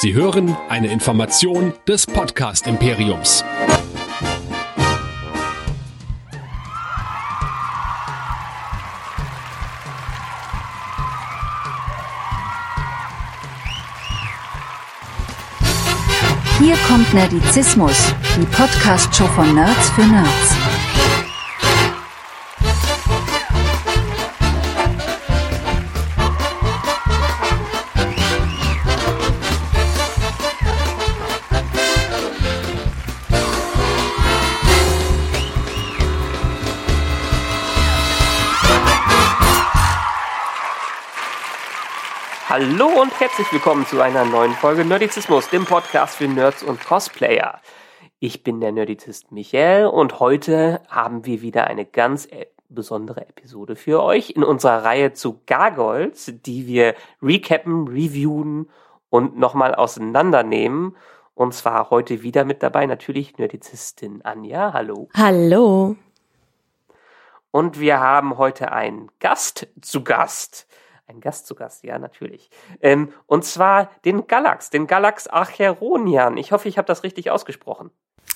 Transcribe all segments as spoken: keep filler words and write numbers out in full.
Sie hören eine Information des Podcast-Imperiums. Hier kommt Nerdizismus, die Podcast-Show von Nerds für Nerds. Hallo und herzlich willkommen zu einer neuen Folge Nerdizismus, dem Podcast für Nerds und Cosplayer. Ich bin der Nerdizist Michael und heute haben wir wieder eine ganz e- besondere Episode für euch in unserer Reihe zu Gargoyles, die wir recappen, reviewen und nochmal auseinandernehmen. Und zwar heute wieder mit dabei natürlich Nerdizistin Anja. Hallo. Hallo. Und wir haben heute einen Gast zu Gast. Ein Gast zu Gast, ja, natürlich. Ähm, und zwar den Galax, den Galax Acheronian. Ich hoffe, ich habe das richtig ausgesprochen.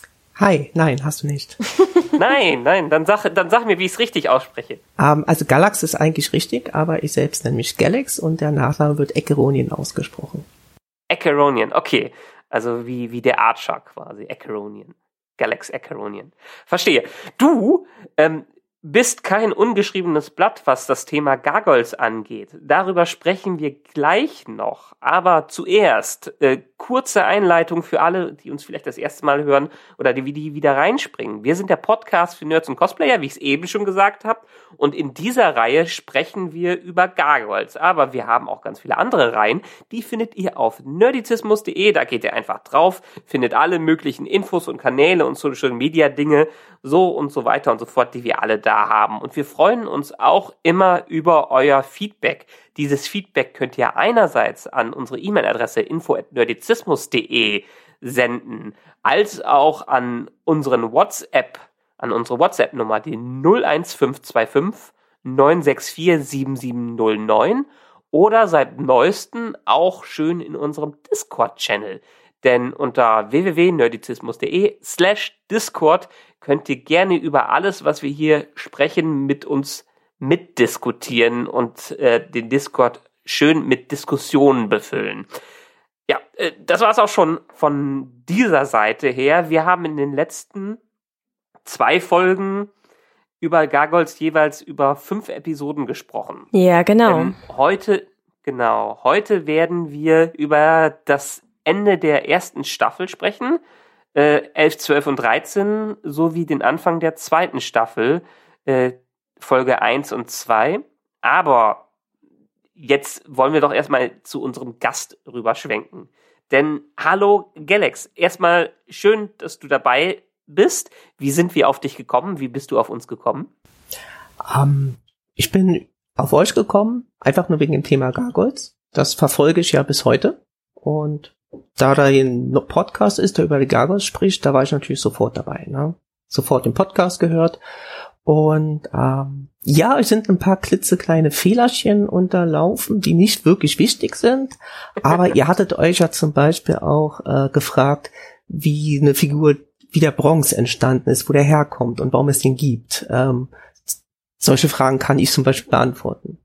Hi, nein, hast du nicht. Nein, nein, dann sag, dann sag mir, wie ich es richtig ausspreche. Um, also Galax ist eigentlich richtig, aber ich selbst nenne mich Galax und der Nachname wird Acheronian ausgesprochen. Acheronian, okay. Also wie, wie der Archer quasi, Acheronian. Galax Acheronian. Verstehe. Du, ähm, bist kein ungeschriebenes Blatt, was das Thema Gargoyles angeht. Darüber sprechen wir gleich noch. Aber zuerst äh, kurze Einleitung für alle, die uns vielleicht das erste Mal hören oder die, die wieder reinspringen. Wir sind der Podcast für Nerds und Cosplayer, wie ich es eben schon gesagt habe. Und in dieser Reihe sprechen wir über Gargoyles. Aber wir haben auch ganz viele andere Reihen. Die findet ihr auf nerdizismus punkt de. Da geht ihr einfach drauf, findet alle möglichen Infos und Kanäle und Social Media Dinge, so und so weiter und so fort, die wir alle da haben. Und wir freuen uns auch immer über euer Feedback. Dieses Feedback könnt ihr einerseits an unsere E-Mail-Adresse info at nerdizismus punkt de senden, als auch an unseren WhatsApp, an unsere WhatsApp-Nummer, die null eins fünf zwei fünf neun sechs vier sieben sieben null neun oder seit neuestem auch schön in unserem Discord-Channel. Denn unter w w w punkt nerdizismus punkt de slash Discord könnt ihr gerne über alles, was wir hier sprechen, mit uns mitdiskutieren und äh, den Discord schön mit Diskussionen befüllen. Ja, äh, das war es auch schon von dieser Seite her. Wir haben in den letzten zwei Folgen über Gargoyles jeweils über fünf Episoden gesprochen. Ja, genau. Ähm, heute, genau, heute werden wir über das Ende der ersten Staffel sprechen, äh, elf, zwölf und dreizehn, sowie den Anfang der zweiten Staffel, äh, Folge eins und zwei. Aber jetzt wollen wir doch erstmal zu unserem Gast rüberschwenken. Denn, hallo Galax, erstmal schön, dass du dabei bist. Wie sind wir auf dich gekommen? Wie bist du auf uns gekommen? Um, ich bin auf euch gekommen, einfach nur wegen dem Thema Gargoyles. Das verfolge ich ja bis heute. Und da da ein Podcast ist, der über die Gargoyles spricht, da war ich natürlich sofort dabei. Ne? Sofort den Podcast gehört. Und ähm, ja, es sind ein paar klitzekleine Fehlerchen unterlaufen, die nicht wirklich wichtig sind. Aber ihr hattet euch ja zum Beispiel auch äh, gefragt, wie eine Figur wie der Bronze entstanden ist, wo der herkommt und warum es den gibt. Ähm, solche Fragen kann ich zum Beispiel beantworten.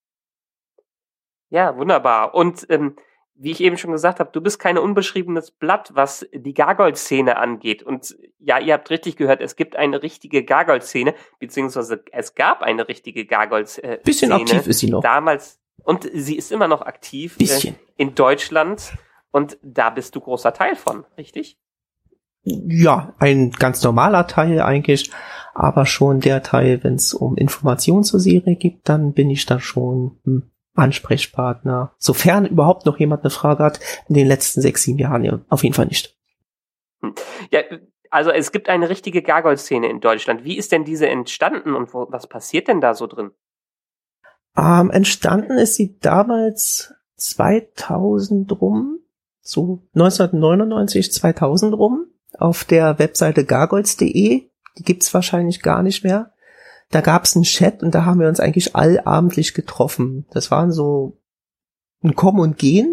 Ja, wunderbar. Und ähm, wie ich eben schon gesagt habe, du bist kein unbeschriebenes Blatt, was die Gargoyle-Szene angeht. Und ja, ihr habt richtig gehört, es gibt eine richtige Gargoyle-Szene, beziehungsweise es gab eine richtige Gargoyle-Szene. Bisschen aktiv ist sie noch. Damals. Und sie ist immer noch aktiv Bisschen. Äh, in Deutschland. Und da bist du großer Teil von, richtig? Ja, ein ganz normaler Teil eigentlich, aber schon der Teil, wenn es um Informationen zur Serie gibt, dann bin ich da schon hm, Ansprechpartner. Sofern überhaupt noch jemand eine Frage hat, in den letzten sechs, sieben Jahren ja, auf jeden Fall nicht. Ja, also es gibt eine richtige Gargoyle-Szene in Deutschland. Wie ist denn diese entstanden und wo, was passiert denn da so drin? Ähm, entstanden ist sie damals zweitausend rum, so neunzehnhundertneunundneunzig, zweitausend rum, auf der Webseite gargoyles punkt de. Die gibt's wahrscheinlich gar nicht mehr. Da gab's einen Chat und da haben wir uns eigentlich allabendlich getroffen. Das waren so ein Kommen und Gehen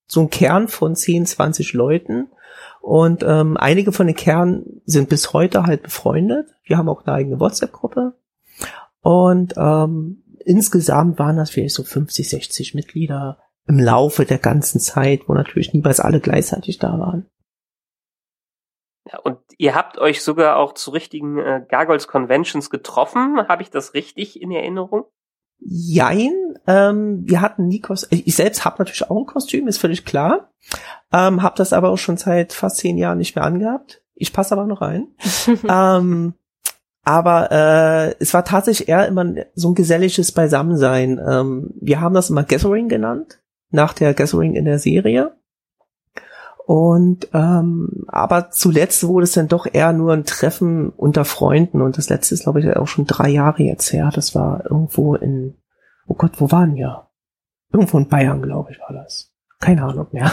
so ein Kern von zehn, zwanzig Leuten. Und ähm, einige von den Kernen sind bis heute halt befreundet. Wir haben auch eine eigene WhatsApp-Gruppe. Und ähm, insgesamt waren das vielleicht so fünfzig, sechzig Mitglieder im Laufe der ganzen Zeit, wo natürlich niemals alle gleichzeitig da waren. Ja, und ihr habt euch sogar auch zu richtigen äh, Gargoyles Conventions getroffen. Habe ich das richtig in Erinnerung? Jein, ähm, wir hatten nie Kostüm. Ich selbst habe natürlich auch ein Kostüm, ist völlig klar. Ähm, habe das aber auch schon seit fast zehn Jahren nicht mehr angehabt. Ich passe aber noch rein. ähm, aber äh, es war tatsächlich eher immer so ein geselliges Beisammensein. Ähm, wir haben das immer Gathering genannt, nach der Gathering in der Serie. Und ähm, aber zuletzt wurde es dann doch eher nur ein Treffen unter Freunden. Und das letzte ist, glaube ich, auch schon drei Jahre jetzt her. Das war irgendwo in, oh Gott, wo waren wir? Irgendwo in Bayern, glaube ich, war das. Keine Ahnung mehr.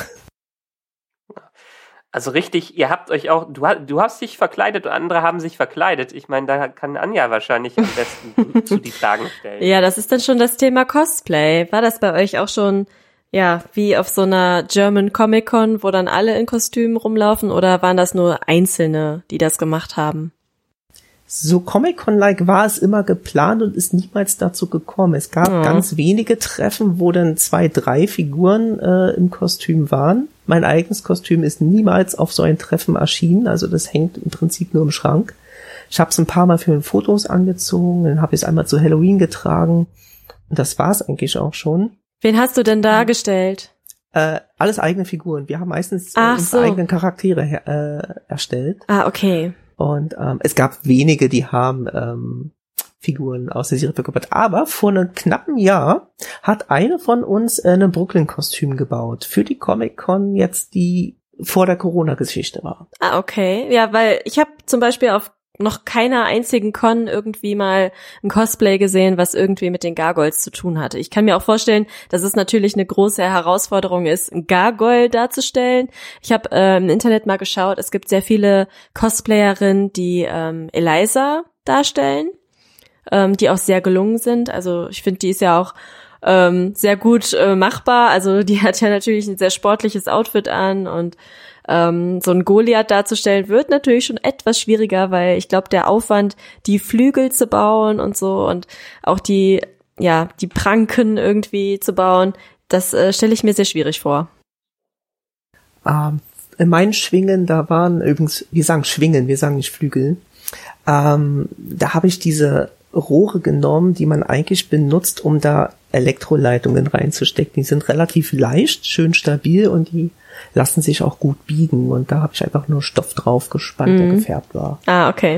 Also richtig, ihr habt euch auch, du, du hast dich verkleidet und andere haben sich verkleidet. Ich meine, da kann Anja wahrscheinlich am besten zu die Fragen stellen. Ja, das ist dann schon das Thema Cosplay. War das bei euch auch schon, ja, wie auf so einer German Comic Con, wo dann alle in Kostümen rumlaufen, oder waren das nur Einzelne, die das gemacht haben? So Comic-Con-like war es immer geplant und ist niemals dazu gekommen. Es gab Ja. ganz wenige Treffen, wo dann zwei, drei Figuren äh, im Kostüm waren. Mein eigenes Kostüm ist niemals auf so ein Treffen erschienen, also das hängt im Prinzip nur im Schrank. Ich habe es ein paar Mal für Fotos angezogen, dann habe ich es einmal zu Halloween getragen und das war es eigentlich auch schon. Wen hast du denn dargestellt? Äh, alles eigene Figuren. Wir haben meistens äh, Ach unsere so. eigenen Charaktere her- äh, erstellt. Ah, okay. Und ähm, es gab wenige, die haben ähm, Figuren aus der Serie verkörpert. Aber vor einem knappen Jahr hat eine von uns äh, ein Brooklyn-Kostüm gebaut. Für die Comic-Con jetzt, die vor der Corona-Geschichte war. Ah, okay. Ja, weil ich habe zum Beispiel auf noch keiner einzigen Con irgendwie mal ein Cosplay gesehen, was irgendwie mit den Gargoyles zu tun hatte. Ich kann mir auch vorstellen, dass es natürlich eine große Herausforderung ist, ein Gargoyle darzustellen. Ich habe äh, im Internet mal geschaut, es gibt sehr viele Cosplayerinnen, die ähm, Eliza darstellen, ähm, die auch sehr gelungen sind. Also ich finde, die ist ja auch ähm, sehr gut äh, machbar. Also die hat ja natürlich ein sehr sportliches Outfit an und Ähm, so ein Goliath darzustellen wird natürlich schon etwas schwieriger, weil ich glaube, der Aufwand, die Flügel zu bauen und so und auch die, ja, die Pranken irgendwie zu bauen, das äh, stelle ich mir sehr schwierig vor. Ähm, in meinen Schwingen, da waren übrigens, wir sagen Schwingen, wir sagen nicht Flügel, ähm, da habe ich diese Rohre genommen, die man eigentlich benutzt, um da Elektroleitungen reinzustecken. Die sind relativ leicht, schön stabil und die lassen sich auch gut biegen. Und da habe ich einfach nur Stoff drauf gespannt, Mhm. der gefärbt war. Ah, okay.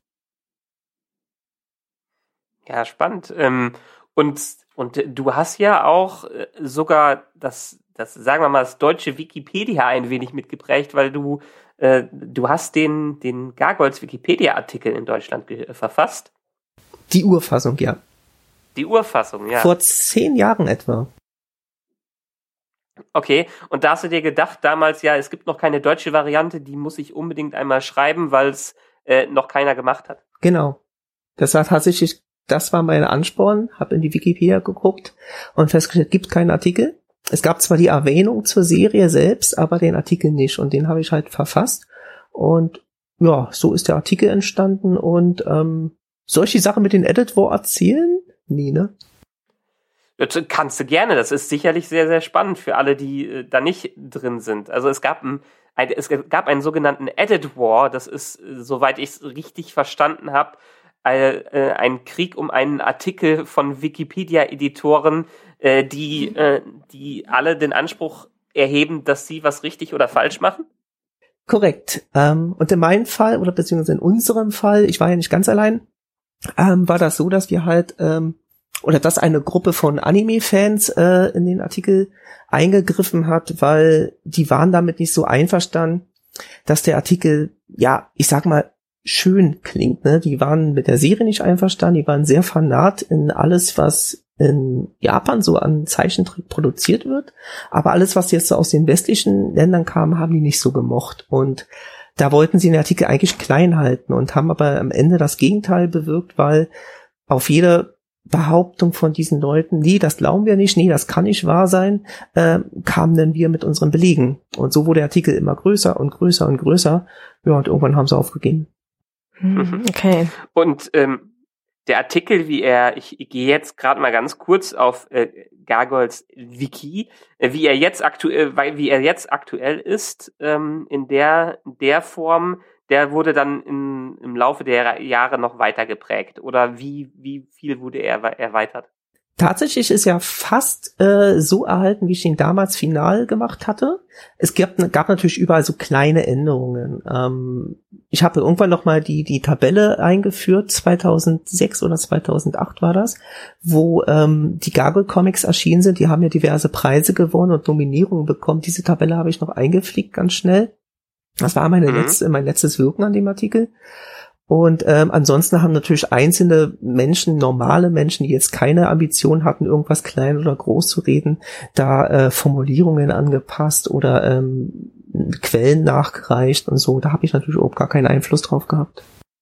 Ja, spannend. Ähm, und, und du hast ja auch äh, sogar das, das, sagen wir mal, das deutsche Wikipedia ein wenig mitgeprägt, weil du, äh, du hast den, den Gargoyles Wikipedia-Artikel in Deutschland ge- verfasst. Die Urfassung, ja. Die Urfassung, ja. Vor zehn Jahren etwa. Okay, und da hast du dir gedacht damals, ja, es gibt noch keine deutsche Variante, die muss ich unbedingt einmal schreiben, weil es äh, noch keiner gemacht hat. Genau. Das war tatsächlich, das war mein Ansporn, habe in die Wikipedia geguckt und festgestellt, gibt keinen Artikel. Es gab zwar die Erwähnung zur Serie selbst, aber den Artikel nicht und den habe ich halt verfasst und ja, so ist der Artikel entstanden und ähm, soll ich die Sache mit den Edit War erzählen? Nee, ne? Das kannst du gerne, das ist sicherlich sehr, sehr spannend für alle, die äh, da nicht drin sind. Also es gab, ein, ein, es gab einen sogenannten Edit War, das ist, äh, soweit ich es richtig verstanden habe, äh, äh, ein Krieg um einen Artikel von Wikipedia-Editoren, äh, die, äh, die alle den Anspruch erheben, dass sie was richtig oder falsch machen. Korrekt. Ähm, und in meinem Fall, oder beziehungsweise in unserem Fall, ich war ja nicht ganz allein, ähm, war das so, dass wir halt, ähm, oder dass eine Gruppe von Anime-Fans äh, in den Artikel eingegriffen hat, weil die waren damit nicht so einverstanden, dass der Artikel, ja, ich sag mal, schön klingt. Ne? Die waren mit der Serie nicht einverstanden, die waren sehr fanat in alles, was in Japan so an Zeichentrick produziert wird, aber alles, was jetzt so aus den westlichen Ländern kam, haben die nicht so gemocht und da wollten sie den Artikel eigentlich klein halten und haben aber am Ende das Gegenteil bewirkt, weil auf jede Behauptung von diesen Leuten, nee, das glauben wir nicht, nee, das kann nicht wahr sein, äh, kamen dann wir mit unseren Belegen. Und so wurde der Artikel immer größer und größer und größer. Ja, und irgendwann haben sie aufgegeben. Okay. Und ähm, der Artikel, wie er, ich, ich gehe jetzt gerade mal ganz kurz auf äh, Gargoyles Wiki, äh, wie er jetzt aktuell, weil wie er jetzt aktuell ist, ähm, in der der Form, der wurde dann in, im Laufe der Jahre noch weiter geprägt. Oder wie wie viel wurde er erweitert? Tatsächlich ist ja fast äh, so erhalten, wie ich ihn damals final gemacht hatte. Es gab, gab natürlich überall so kleine Änderungen. Ähm, ich habe irgendwann noch mal die die Tabelle eingeführt, zweitausendsechs oder zweitausendacht war das, wo ähm, die Gargoyle Comics erschienen sind. Die haben ja diverse Preise gewonnen und Nominierungen bekommen. Diese Tabelle habe ich noch eingepflegt, ganz schnell. Das war meine mhm. letzte, mein letztes Wirken an dem Artikel. Und ähm, ansonsten haben natürlich einzelne Menschen, normale Menschen, die jetzt keine Ambition hatten, irgendwas klein oder groß zu reden, da äh, Formulierungen angepasst oder ähm, Quellen nachgereicht und so. Da habe ich natürlich überhaupt gar keinen Einfluss drauf gehabt.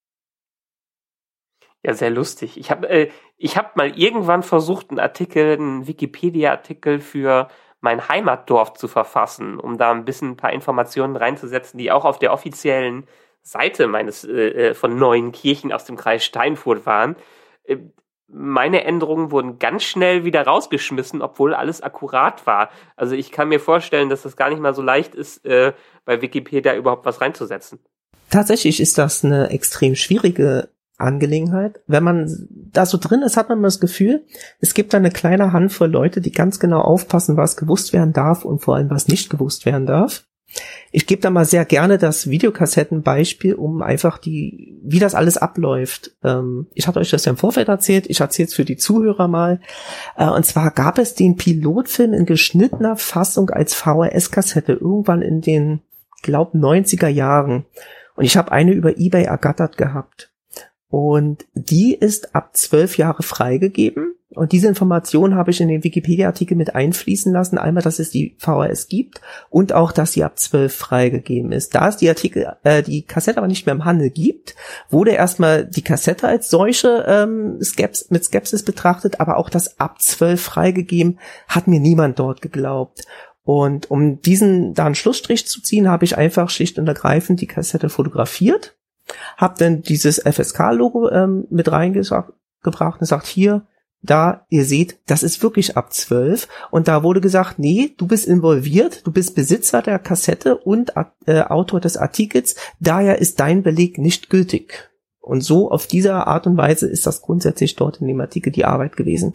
Ja, sehr lustig. Ich habe äh, ich habe mal irgendwann versucht, einen Artikel, einen Wikipedia-Artikel für mein Heimatdorf zu verfassen, um da ein bisschen ein paar Informationen reinzusetzen, die auch auf der offiziellen Seite meines äh, von Neuenkirchen aus dem Kreis Steinfurt waren. Äh, meine Änderungen wurden ganz schnell wieder rausgeschmissen, obwohl alles akkurat war. Also ich kann mir vorstellen, dass das gar nicht mal so leicht ist, äh, bei Wikipedia überhaupt was reinzusetzen. Tatsächlich ist das eine extrem schwierige Angelegenheit. Wenn man da so drin ist, hat man das Gefühl, es gibt da eine kleine Handvoll Leute, die ganz genau aufpassen, was gewusst werden darf und vor allem, was nicht gewusst werden darf. Ich gebe da mal sehr gerne das Videokassettenbeispiel, um einfach die, wie das alles abläuft. Ähm, ich hatte euch das ja im Vorfeld erzählt, ich erzähle es für die Zuhörer mal. Äh, und zwar gab es den Pilotfilm in geschnittener Fassung als V H S-Kassette irgendwann in den, glaub, neunziger Jahren. Und ich habe eine über eBay ergattert gehabt. Und die ist ab zwölf Jahre freigegeben. Und diese Information habe ich in den Wikipedia-Artikel mit einfließen lassen. Einmal, dass es die V H S gibt und auch, dass sie ab zwölf freigegeben ist. Da es die Artikel, äh, die Kassette aber nicht mehr im Handel gibt, wurde erstmal die Kassette als solche ähm, Skeps- mit Skepsis betrachtet, aber auch das ab zwölf freigegeben, hat mir niemand dort geglaubt. Und um diesen da einen Schlussstrich zu ziehen, habe ich einfach schlicht und ergreifend die Kassette fotografiert, habe dann dieses F S K-Logo ähm, mit reingebracht und sagt, hier, da, ihr seht, das ist wirklich ab zwölf. Und da wurde gesagt, nee, du bist involviert, du bist Besitzer der Kassette und äh, Autor des Artikels, daher ist dein Beleg nicht gültig. Und so auf diese Art und Weise ist das grundsätzlich dort in dem Artikel die Arbeit gewesen.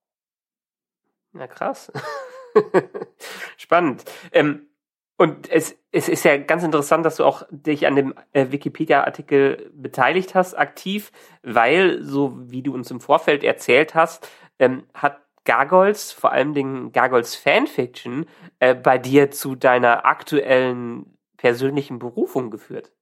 Na krass. Spannend. Ähm, und es, es ist ja ganz interessant, dass du auch dich an dem äh, Wikipedia-Artikel beteiligt hast, aktiv, weil, so wie du uns im Vorfeld erzählt hast, ähm, hat Gargoyles, vor allem den Gargoyles Fanfiction, äh, bei dir zu deiner aktuellen persönlichen Berufung geführt.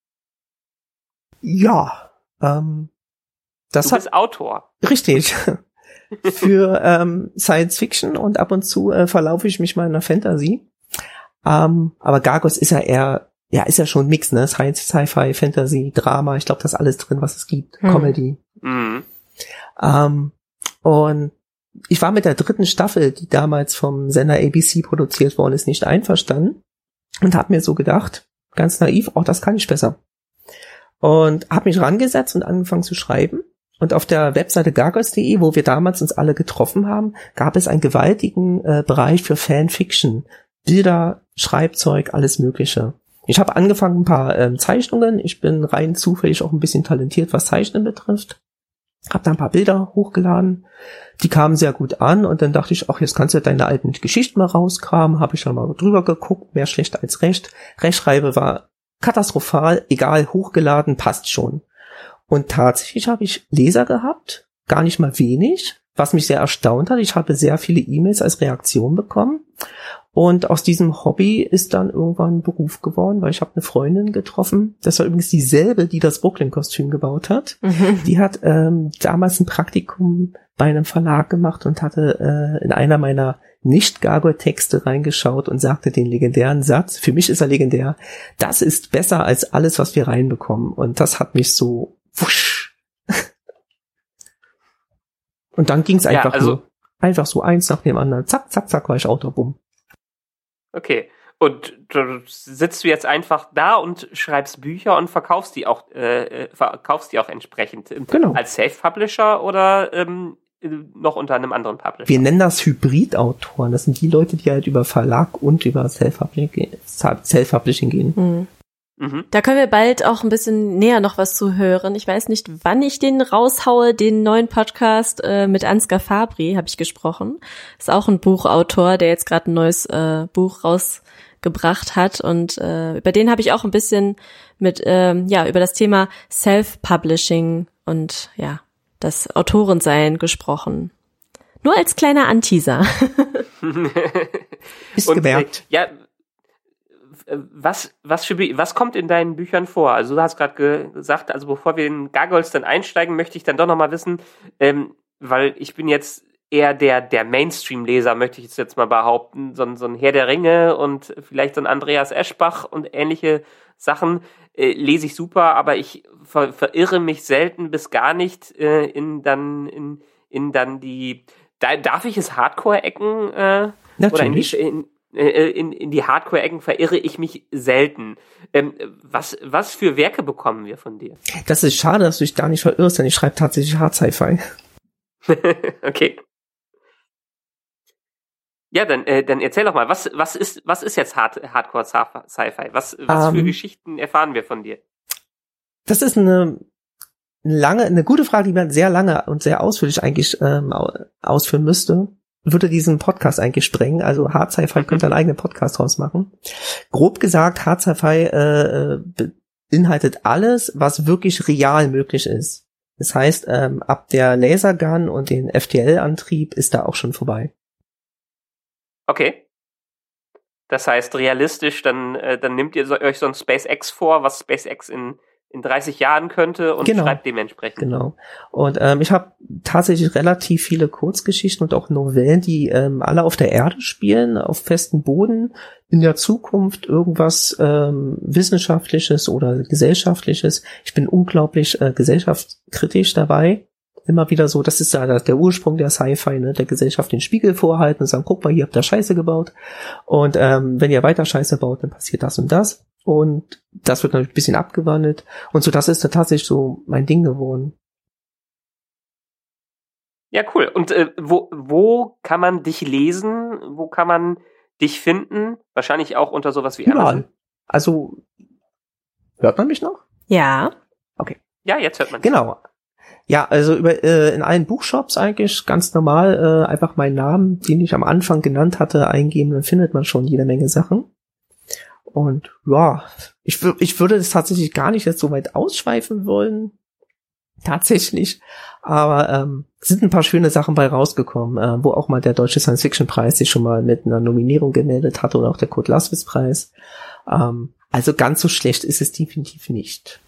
Ja, ähm, das du hat, bist Autor. Richtig. Für ähm, Science Fiction und ab und zu äh, verlaufe ich mich mal in der Fantasy. Um, aber Gargoyles ist ja eher, ja, ist ja schon ein Mix, ne? Science, Sci-Fi, Fantasy, Drama, ich glaube, das ist alles drin, was es gibt. Hm. Comedy. Mhm. Um, und ich war mit der dritten Staffel, die damals vom Sender A B C produziert worden ist, nicht einverstanden und habe mir so gedacht, ganz naiv, auch das kann ich besser. Und habe mich rangesetzt und angefangen zu schreiben. Und auf der Webseite gargoyles punkt de, wo wir damals uns alle getroffen haben, gab es einen gewaltigen äh, Bereich für Fanfiction. Bilder, Schreibzeug, alles Mögliche. Ich habe angefangen ein paar ähm, Zeichnungen. Ich bin rein zufällig auch ein bisschen talentiert, was Zeichnen betrifft. Hab da ein paar Bilder hochgeladen. Die kamen sehr gut an und dann dachte ich, ach, jetzt kannst du deine alten Geschichten mal rauskramen. Habe ich dann mal drüber geguckt, mehr schlecht als recht. Rechtschreibe war katastrophal, egal, hochgeladen, passt schon. Und tatsächlich habe ich Leser gehabt, gar nicht mal wenig, was mich sehr erstaunt hat. Ich habe sehr viele E-Mails als Reaktion bekommen. Und aus diesem Hobby ist dann irgendwann ein Beruf geworden, weil ich habe eine Freundin getroffen. Das war übrigens dieselbe, die das Brooklyn-Kostüm gebaut hat. Mhm. Die hat ähm, damals ein Praktikum bei einem Verlag gemacht und hatte äh, in einer meiner Nicht-Gargoyle-Texte reingeschaut und sagte den legendären Satz, für mich ist er legendär, das ist besser als alles, was wir reinbekommen. Und das hat mich so wusch. Und dann ging's einfach ja, also, so. Einfach so eins nach dem anderen. Zack, zack, zack, war ich Autor, bumm. Okay. Und du sitzt du jetzt einfach da und schreibst Bücher und verkaufst die auch, äh, verkaufst die auch entsprechend. Genau. Als Self-Publisher oder ähm, noch unter einem anderen Publisher? Wir nennen das Hybrid-Autoren. Das sind die Leute, die halt über Verlag und über Self-Publishing, Self-Publishing gehen. Mhm. Mhm. Da können wir bald auch ein bisschen näher noch was zu hören. Ich weiß nicht, wann ich den raushaue, den neuen Podcast äh, mit Ansgar Fabri habe ich gesprochen. Ist auch ein Buchautor, der jetzt gerade ein neues äh, Buch rausgebracht hat und äh, über den habe ich auch ein bisschen mit ähm, ja über das Thema Self-Publishing und ja das Autorensein gesprochen. Nur als kleiner Anteaser. Ist und, gemerkt. Äh, ja. Was, was, für, was kommt in deinen Büchern vor? Also du hast gerade ge- gesagt, also bevor wir in Gargoyles dann einsteigen, möchte ich dann doch nochmal wissen, ähm, weil ich bin jetzt eher der, der Mainstream-Leser, möchte ich jetzt mal behaupten, so, so ein Herr der Ringe und vielleicht so ein Andreas Eschbach und ähnliche Sachen äh, lese ich super, aber ich ver- verirre mich selten bis gar nicht äh, in dann in, in dann die, da, darf ich es Hardcore-Ecken äh, oder in die, in, In, in die Hardcore-Ecken verirre ich mich selten. Ähm, was, was für Werke bekommen wir von dir? Das ist schade, dass du dich da nicht verirrst, denn ich schreibe tatsächlich Hard-Sci-Fi. Okay. Ja, dann, äh, dann erzähl doch mal, was, was ist, was ist jetzt Hard, Hardcore-Sci-Fi? Was, was um, für Geschichten erfahren wir von dir? Das ist eine lange, eine gute Frage, die man sehr lange und sehr ausführlich eigentlich ähm, ausführen müsste. Würde diesen Podcast eigentlich sprengen. Also Hard Sci-Fi könnte einen eigenen Podcast draus machen. Grob gesagt, Hard Sci-Fi äh, beinhaltet alles, was wirklich real möglich ist. Das heißt, ähm, ab der Lasergun und den F T L-Antrieb ist da auch schon vorbei. Okay. Das heißt, realistisch, dann, äh, dann nehmt ihr so, euch so ein SpaceX vor, was SpaceX in in dreißig Jahren könnte und genau. schreibt dementsprechend. Genau. Und ähm, ich habe tatsächlich relativ viele Kurzgeschichten und auch Novellen, die ähm, alle auf der Erde spielen, auf festem Boden, in der Zukunft irgendwas ähm, Wissenschaftliches oder Gesellschaftliches. Ich bin unglaublich äh, gesellschaftskritisch dabei. Immer wieder so, das ist da der Ursprung der Sci-Fi, ne, der Gesellschaft den Spiegel vorhalten und sagen, guck mal, hier habt ihr Scheiße gebaut. Und ähm, wenn ihr weiter Scheiße baut, dann passiert das und das. Und das wird natürlich ein bisschen abgewandelt. Und so, das ist da tatsächlich so mein Ding geworden. Ja, cool. Und äh, wo, wo kann man dich lesen? Wo kann man dich finden? Wahrscheinlich auch unter sowas wie Überall. Amazon. Also, hört man mich noch? Ja. Okay. Ja, jetzt hört man. Genau. Ja, also über äh, in allen Buchshops eigentlich ganz normal äh, einfach meinen Namen, den ich am Anfang genannt hatte, eingeben, dann findet man schon jede Menge Sachen. Und ja, ich, w- ich würde das tatsächlich gar nicht jetzt so weit ausschweifen wollen. Tatsächlich. Aber ähm, sind ein paar schöne Sachen bei rausgekommen, äh, wo auch mal der Deutsche Science-Fiction-Preis sich schon mal mit einer Nominierung gemeldet hat oder auch der Kurt-Laswitz-Preis. Ähm, also ganz so schlecht ist es definitiv nicht.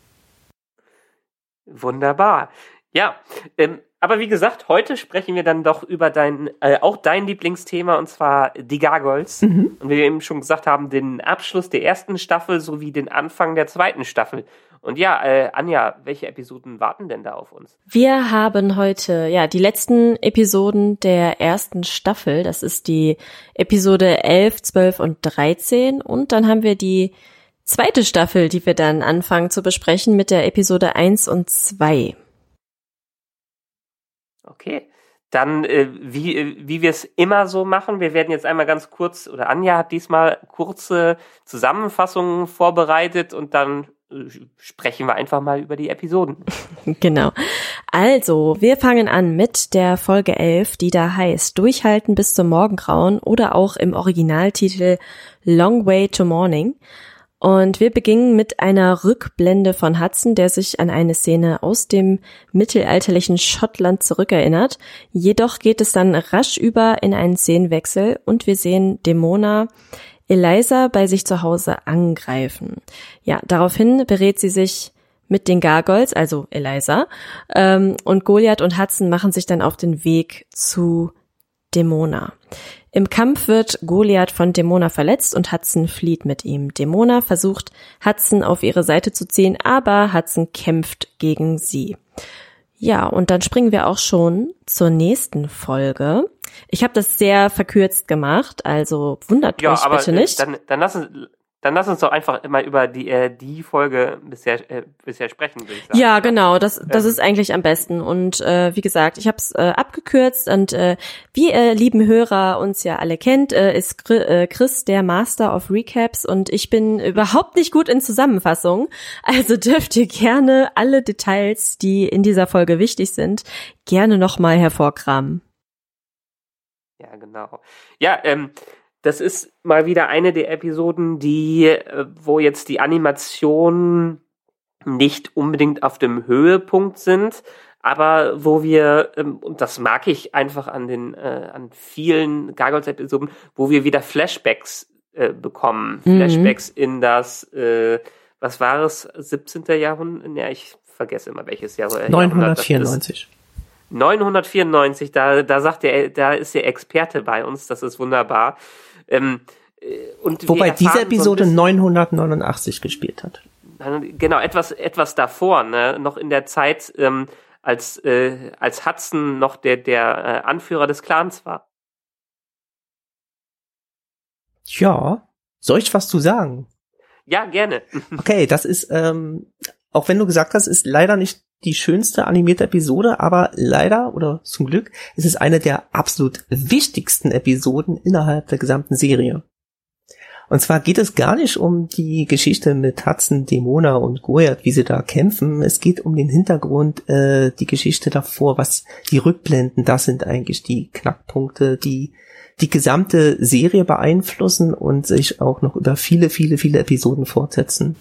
Wunderbar. Ja, ähm, aber wie gesagt, heute sprechen wir dann doch über dein, äh, auch dein Lieblingsthema, und zwar die Gargoyles. Mhm. Und wie wir eben schon gesagt haben, den Abschluss der ersten Staffel sowie den Anfang der zweiten Staffel. Und ja, äh, Anja, welche Episoden warten denn da auf uns? Wir haben heute ja die letzten Episoden der ersten Staffel. Das ist die Episode elf, zwölf und dreizehn. Und dann haben wir die zweite Staffel, die wir dann anfangen zu besprechen mit der Episode eins und zwei. Okay, dann äh, wie, äh, wie wir es immer so machen, wir werden jetzt einmal ganz kurz, oder Anja hat diesmal kurze Zusammenfassungen vorbereitet und dann äh, sprechen wir einfach mal über die Episoden. Genau. Also, wir fangen an mit der Folge elf, die da heißt Durchhalten bis zum Morgengrauen oder auch im Originaltitel Long Way to Morning. Und wir beginnen mit einer Rückblende von Hudson, der sich an eine Szene aus dem mittelalterlichen Schottland zurückerinnert. Jedoch geht es dann rasch über in einen Szenenwechsel und wir sehen Demona Eliza bei sich zu Hause angreifen. Ja, daraufhin berät sie sich mit den Gargoyles, also Eliza, ähm, und Goliath und Hudson machen sich dann auf den Weg zu Demona. Im Kampf wird Goliath von Demona verletzt und Hudson flieht mit ihm. Demona versucht, Hudson auf ihre Seite zu ziehen, aber Hudson kämpft gegen sie. Ja, und dann springen wir auch schon zur nächsten Folge. Ich habe das sehr verkürzt gemacht, also wundert ja, euch aber bitte nicht. Dann, dann lass uns... Dann lass uns doch einfach immer über die äh, die Folge bisher äh, bisher sprechen, würde ich sagen. Ja, genau, das das Ähm. ist eigentlich am besten. Und äh, wie gesagt, ich habe es äh, abgekürzt und äh, wie äh, lieben Hörer uns ja alle kennt, äh, ist Chris der Master of Recaps und ich bin überhaupt nicht gut in Zusammenfassungen. Also dürft ihr gerne alle Details, die in dieser Folge wichtig sind, gerne nochmal hervorkramen. Ja, genau. Ja, ähm, das ist mal wieder eine der Episoden, die, äh, wo jetzt die Animationen nicht unbedingt auf dem Höhepunkt sind, aber wo wir, ähm, und das mag ich einfach an den, äh, an vielen Gargoyles-Episoden, wo wir wieder Flashbacks äh, bekommen. Mhm. Flashbacks in das, äh, was war es, siebzehnten. Jahrhundert? Ja, ich vergesse immer welches Jahr. neunhundertvierundneunzig. neunhundertvierundneunzig, da, da sagt der, da ist der Experte bei uns, das ist wunderbar. Ähm, und Wobei diese Episode so neunhundertneunundachtzig gespielt hat. Genau, etwas, etwas davor, ne, noch in der Zeit, ähm, als, äh, als Hudson noch der, der äh, Anführer des Clans war. Ja, soll ich was zu sagen? Ja, gerne. Okay, das ist, ähm, auch wenn du gesagt hast, ist leider nicht die schönste animierte Episode, aber leider oder zum Glück ist es eine der absolut wichtigsten Episoden innerhalb der gesamten Serie. Und zwar geht es gar nicht um die Geschichte mit Hudson, Demona und Goyard, wie sie da kämpfen. Es geht um den Hintergrund, äh, die Geschichte davor, was die Rückblenden, das sind eigentlich die Knackpunkte, die die gesamte Serie beeinflussen und sich auch noch über viele, viele, viele Episoden fortsetzen.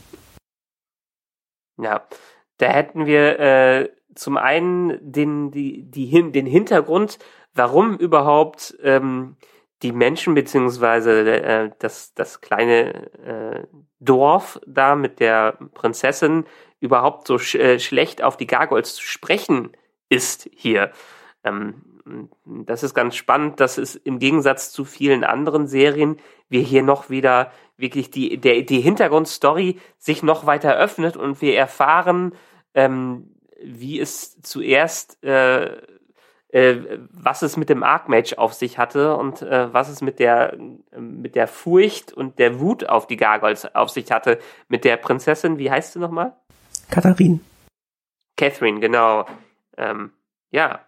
Ja, da hätten wir äh, zum einen den, die, die, hin, den Hintergrund, warum überhaupt ähm, die Menschen beziehungsweise äh, das, das kleine äh, Dorf da mit der Prinzessin überhaupt so sch äh, schlecht auf die Gargoyles zu sprechen ist hier. Ähm, das ist ganz spannend, dass es im Gegensatz zu vielen anderen Serien wir hier noch wieder wirklich die, der, die Hintergrundstory sich noch weiter öffnet und wir erfahren, ähm, wie es zuerst, äh, äh, was es mit dem Archmage auf sich hatte und äh, was es mit der, mit der Furcht und der Wut auf die Gargoyles auf sich hatte. Mit der Prinzessin, wie heißt sie nochmal? Katharine. Catherine, genau. Ähm, ja.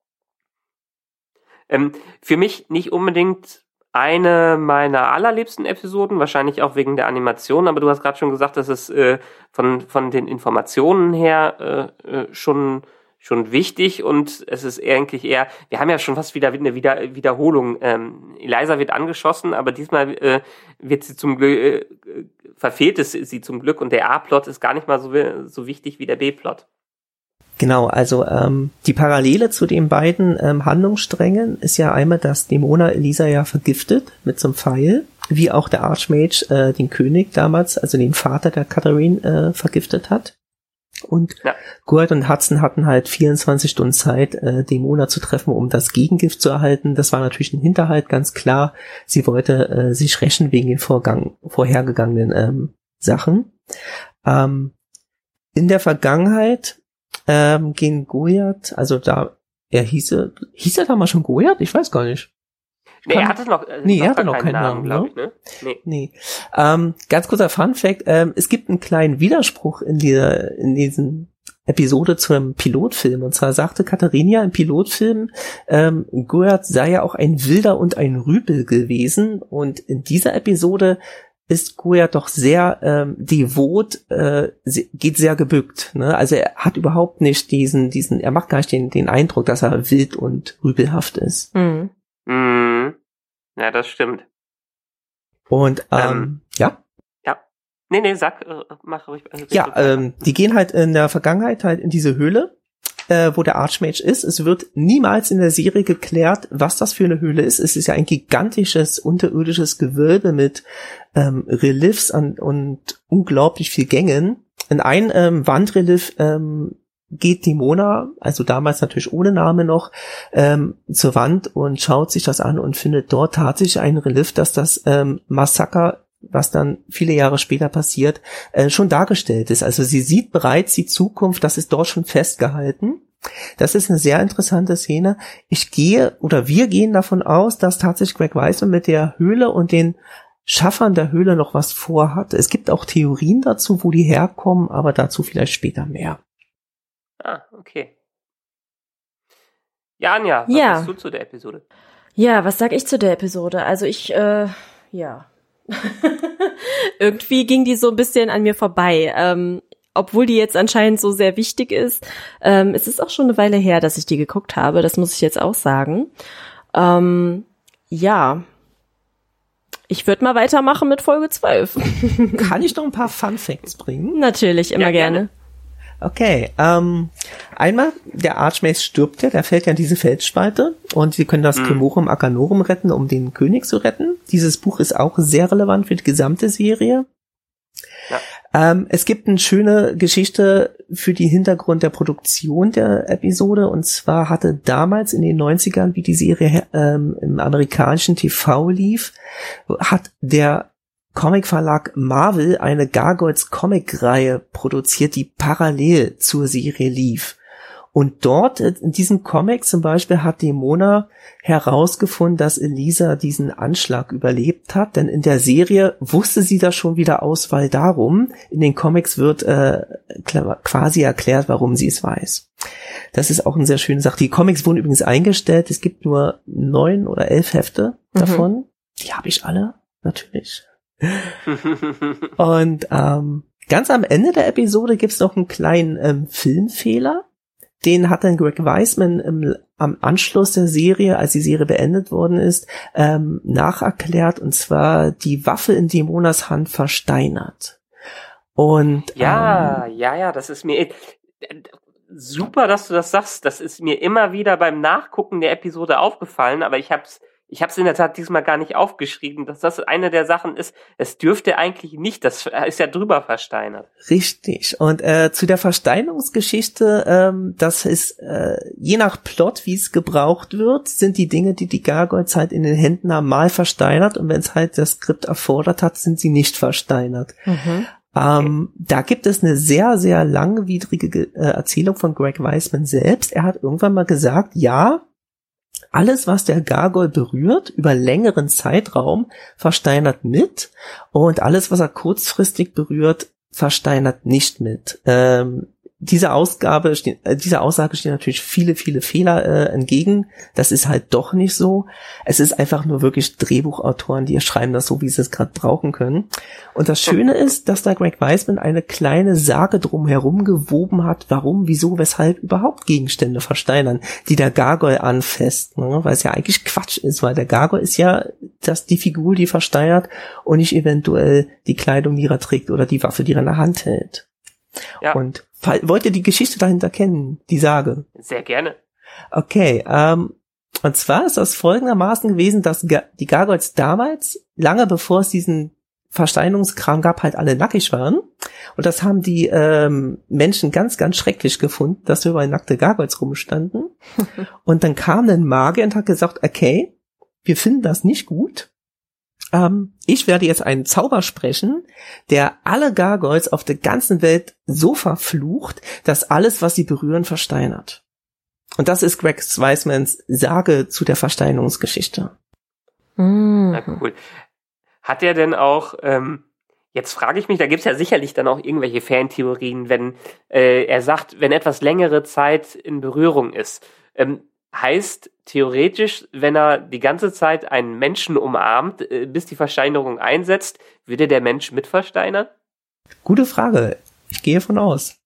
Ähm, für mich nicht unbedingt eine meiner allerliebsten Episoden, wahrscheinlich auch wegen der Animation, aber du hast gerade schon gesagt, dass es äh, von von den Informationen her äh, äh, schon schon wichtig und es ist eigentlich eher, wir haben ja schon fast wieder eine wieder Wiederholung. Ähm, Eliza wird angeschossen, aber diesmal äh, wird sie zum Glück äh, verfehlt es sie zum Glück und der A-Plot ist gar nicht mal so so wichtig wie der B-Plot. Genau, also ähm, die Parallele zu den beiden ähm, Handlungssträngen ist ja einmal, dass Demona Eliza ja vergiftet mit so einem Pfeil, wie auch der Archmage äh, den König damals, also den Vater der Catherine, äh, vergiftet hat. Und ja. Goyard und Hudson hatten halt vierundzwanzig Stunden Zeit, äh, Demona zu treffen, um das Gegengift zu erhalten. Das war natürlich ein Hinterhalt, ganz klar. Sie wollte äh, sich rächen wegen den Vorgang, vorhergegangenen ähm, Sachen. Ähm, in der Vergangenheit Ähm, gegen Goyard, also da, er hieße, hieß er da mal schon Goyard? Ich weiß gar nicht. Nee, er hatte noch, äh, nee, noch er hatte noch keinen Namen, Namen glaube ich, ne? Nee. nee. Ähm, ganz kurzer Funfact, ähm, es gibt einen kleinen Widerspruch in dieser, in diesen Episode zum Pilotfilm. Und zwar sagte Katharina im Pilotfilm, ähm, Goyard sei ja auch ein Wilder und ein Rüpel gewesen. Und in dieser Episode ist Goyard doch sehr ähm, devot, äh, geht sehr gebückt. Ne? Also er hat überhaupt nicht diesen, diesen, er macht gar nicht den, den Eindruck, dass er wild und rüpelhaft ist. Mhm. Mhm. Ja, das stimmt. Und ähm, ähm, ja. Ja. Nee, nee, sag, äh, mach ruhig. Äh, ja, ähm, die gehen halt in der Vergangenheit halt in diese Höhle, äh, wo der Archmage ist. Es wird niemals in der Serie geklärt, was das für eine Höhle ist. Es ist ja ein gigantisches unterirdisches Gewölbe mit ähm, Reliefs an, und unglaublich viel Gängen. In ein ähm, Wandrelief ähm, geht Demona, also damals natürlich ohne Name noch, ähm, zur Wand und schaut sich das an und findet dort tatsächlich ein Relief, dass das ähm, Massaker, was dann viele Jahre später passiert, äh, schon dargestellt ist. Also sie sieht bereits die Zukunft, das ist dort schon festgehalten. Das ist eine sehr interessante Szene. Ich gehe, oder wir gehen davon aus, dass tatsächlich Greg Weisman mit der Höhle und den Schaffern der Höhle noch was vorhat. Es gibt auch Theorien dazu, wo die herkommen, aber dazu vielleicht später mehr. Ah, okay. Ja, Anja, was Ja. sagst du zu der Episode? Ja, was sag ich zu der Episode? Also ich, äh, ja. Irgendwie ging die so ein bisschen an mir vorbei. Ähm, obwohl die jetzt anscheinend so sehr wichtig ist. Ähm, es ist auch schon eine Weile her, dass ich die geguckt habe. Das muss ich jetzt auch sagen. Ähm, ja. Ich würde mal weitermachen mit Folge zwölf. Kann ich noch ein paar Fun Facts bringen? Natürlich, immer Ja, gerne. gerne. Okay, ähm, einmal, der Archmace stirbt ja, der fällt ja in diese Felsspalte und sie können das Mhm. Kemorum Akanorum retten, um den König zu retten. Dieses Buch ist auch sehr relevant für die gesamte Serie. Ja. Ähm, es gibt eine schöne Geschichte für die Hintergrund der Produktion der Episode, und zwar hatte damals in den neunzigern, wie die Serie ähm, im amerikanischen T V lief, hat der Comicverlag Marvel eine Gargoyles Comic-Reihe produziert, die parallel zur Serie lief. Und dort, in diesem Comic zum Beispiel, hat Demona herausgefunden, dass Elisa diesen Anschlag überlebt hat, denn in der Serie wusste sie das schon wieder aus, weil darum, in den Comics wird äh, quasi erklärt, warum sie es weiß. Das ist auch eine sehr schöne Sache. Die Comics wurden übrigens eingestellt, es gibt nur neun oder elf Hefte davon. Mhm. Die habe ich alle, natürlich. Und ähm, ganz am Ende der Episode gibt's noch einen kleinen ähm, Filmfehler. Den hat dann Greg Weisman im, am Anschluss der Serie, als die Serie beendet worden ist, ähm, nacherklärt, und zwar die Waffe in Demonas Hand versteinert. Und Ja, ähm, ja, ja, das ist mir super, dass du das sagst. Das ist mir immer wieder beim Nachgucken der Episode aufgefallen, aber ich hab's Ich habe es in der Tat diesmal gar nicht aufgeschrieben, dass das eine der Sachen ist. Es dürfte eigentlich nicht, das ist ja drüber versteinert. Richtig. Und äh, zu der Versteinerungsgeschichte, ähm, das ist äh, je nach Plot, wie es gebraucht wird, sind die Dinge, die die Gargoyles halt in den Händen haben, mal versteinert, und wenn es halt das Skript erfordert hat, sind sie nicht versteinert. Mhm. Ähm, da gibt es eine sehr, sehr langwierige äh, Erzählung von Greg Weisman selbst. Er hat irgendwann mal gesagt, ja, alles, was der Gargoyle berührt, über längeren Zeitraum, versteinert mit, und alles, was er kurzfristig berührt, versteinert nicht mit. Ähm, diese Ausgabe, äh, dieser Aussage stehen natürlich viele, viele Fehler äh, entgegen. Das ist halt doch nicht so. Es ist einfach nur wirklich Drehbuchautoren, die schreiben das so, wie sie es gerade brauchen können. Und das Schöne ist, dass da Greg Weisman eine kleine Sage drumherum gewoben hat, warum, wieso, weshalb überhaupt Gegenstände versteinern, die der Gargoyle anfasst, ne? Weil es ja eigentlich Quatsch ist, weil der Gargoyle ist ja das, die Figur, die versteinert, und nicht eventuell die Kleidung, die er trägt, oder die Waffe, die er in der Hand hält. Ja. Und wollt ihr die Geschichte dahinter kennen, die Sage? Sehr gerne. Okay, ähm, und zwar ist das folgendermaßen gewesen, dass Ga- die Gargoyles damals, lange bevor es diesen Versteinerungskram gab, halt alle nackig waren. Und das haben die ähm, Menschen ganz, ganz schrecklich gefunden, dass überall nackte Gargoyles rumstanden. Und dann kam ein Magier und hat gesagt, okay, wir finden das nicht gut. Ähm, ich werde jetzt einen Zauber sprechen, der alle Gargoyles auf der ganzen Welt so verflucht, dass alles, was sie berühren, versteinert. Und das ist Greg Weismans Sage zu der Versteinerungsgeschichte. Mhm. Na cool. Hat er denn auch, ähm, jetzt frage ich mich, da gibt's ja sicherlich dann auch irgendwelche Fantheorien, wenn äh, er sagt, wenn etwas längere Zeit in Berührung ist. Ähm, heißt theoretisch, wenn er die ganze Zeit einen Menschen umarmt, äh, bis die Versteinerung einsetzt, würde der Mensch mit versteinern? Gute Frage. Ich gehe von aus.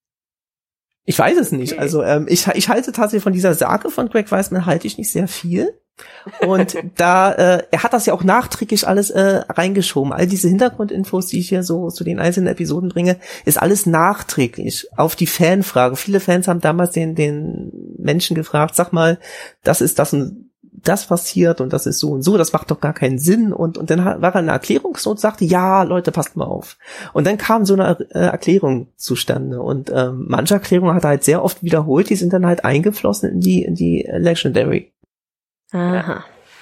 Ich weiß es nicht. Okay. Also ähm, ich, ich halte tatsächlich von dieser Sage von Greg Weisman halte ich nicht sehr viel. Und da, äh, er hat das ja auch nachträglich alles äh, reingeschoben. All diese Hintergrundinfos, die ich hier so zu den einzelnen Episoden bringe, ist alles nachträglich auf die Fanfrage. Viele Fans haben damals den, den Menschen gefragt, sag mal, das ist das und das passiert und das ist so und so, das macht doch gar keinen Sinn. Und, und dann war er eine Erklärungsnot und sagte, ja, Leute, passt mal auf. Und dann kam so eine äh, Erklärung zustande. Und ähm, manche Erklärungen hat er halt sehr oft wiederholt, die sind dann halt eingeflossen in die, in die Legendary. Aha.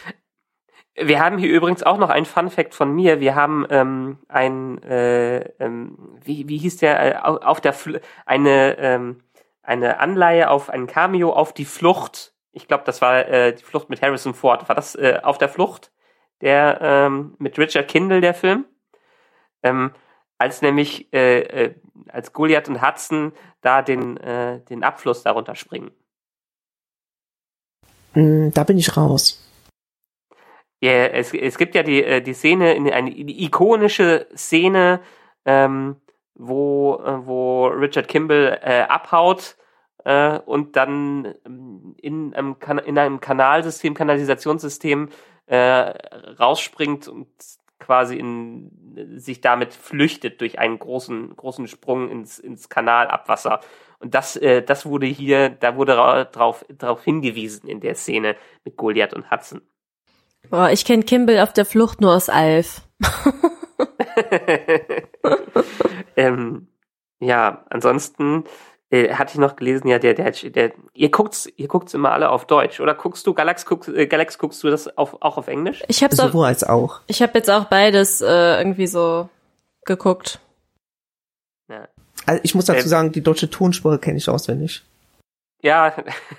Wir haben hier übrigens auch noch ein Fun-Fact von mir. Wir haben ähm, ein, äh, ähm, wie, wie hieß der, äh, auf der Fl- eine, ähm, eine Anleihe auf ein Cameo auf die Flucht. Ich glaube, das war äh, die Flucht mit Harrison Ford. War das äh, Auf der Flucht? Der ähm, mit Richard Kindle, der Film? Ähm, als nämlich äh, äh, als Goliath und Hudson da den, äh, den Abfluss darunter springen. Mm, da bin ich raus. Ja, es, es gibt ja die, die Szene, eine ikonische Szene, ähm, wo, wo Richard Kimball äh, abhaut äh, und dann in einem, kan- in einem Kanalsystem, Kanalisationssystem äh, rausspringt und quasi in, sich damit flüchtet durch einen großen, großen Sprung ins, ins Kanalabwasser. Und das, äh, das wurde hier, da wurde ra- drauf, drauf hingewiesen in der Szene mit Goliath und Hudson. Boah, ich kenne Kimball auf der Flucht nur aus Alf. ähm, ja, ansonsten äh, hatte ich noch gelesen, ja, der, der, der, ihr guckt's, ihr guckt's immer alle auf Deutsch, oder guckst du Galax, guckst, äh, Galax, guckst du das auf, auch auf Englisch? Ich hab's Sowohl auf, als auch. ich habe jetzt auch beides äh, irgendwie so geguckt. Ja, Also ich muss dazu Ähm, sagen, die deutsche Tonspur kenne ich auswendig. ja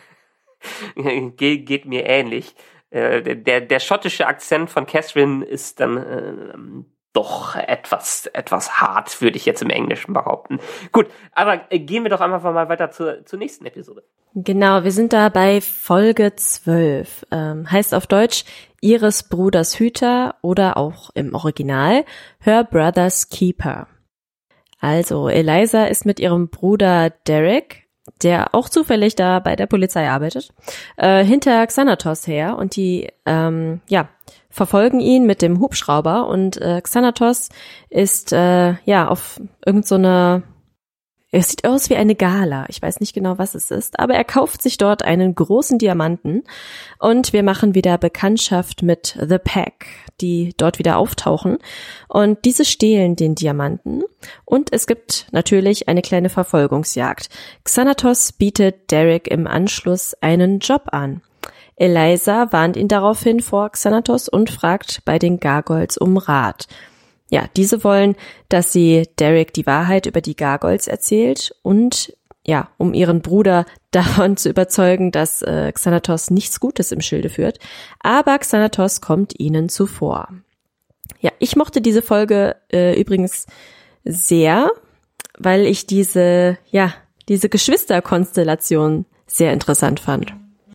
Ge- geht mir ähnlich. Äh, der, der schottische Akzent von Catherine ist dann äh, doch etwas, etwas hart, würde ich jetzt im Englischen behaupten. Gut, aber äh, gehen wir doch einfach mal weiter zur, zur nächsten Episode. Genau, wir sind da bei Folge zwölf. Ähm, heißt auf Deutsch Ihres Bruders Hüter oder auch im Original Her Brother's Keeper. Also Eliza ist mit ihrem Bruder Derek, der auch zufällig da bei der Polizei arbeitet, äh, hinter Xanatos her und die ähm, ja verfolgen ihn mit dem Hubschrauber und äh, Xanatos ist äh, ja auf irgend so eine, es sieht aus wie eine Gala, ich weiß nicht genau, was es ist, aber er kauft sich dort einen großen Diamanten und wir machen wieder Bekanntschaft mit The Pack, die dort wieder auftauchen und diese stehlen den Diamanten und es gibt natürlich eine kleine Verfolgungsjagd. Xanatos bietet Derek im Anschluss einen Job an. Eliza warnt ihn daraufhin vor Xanatos und fragt bei den Gargoyles um Rat. Ja, diese wollen, dass sie Derek die Wahrheit über die Gargoyles erzählt und ja, um ihren Bruder davon zu überzeugen, dass äh, Xanatos nichts Gutes im Schilde führt. Aber Xanatos kommt ihnen zuvor. Ja, ich mochte diese Folge äh, übrigens sehr, weil ich diese, ja, diese Geschwisterkonstellation sehr interessant fand.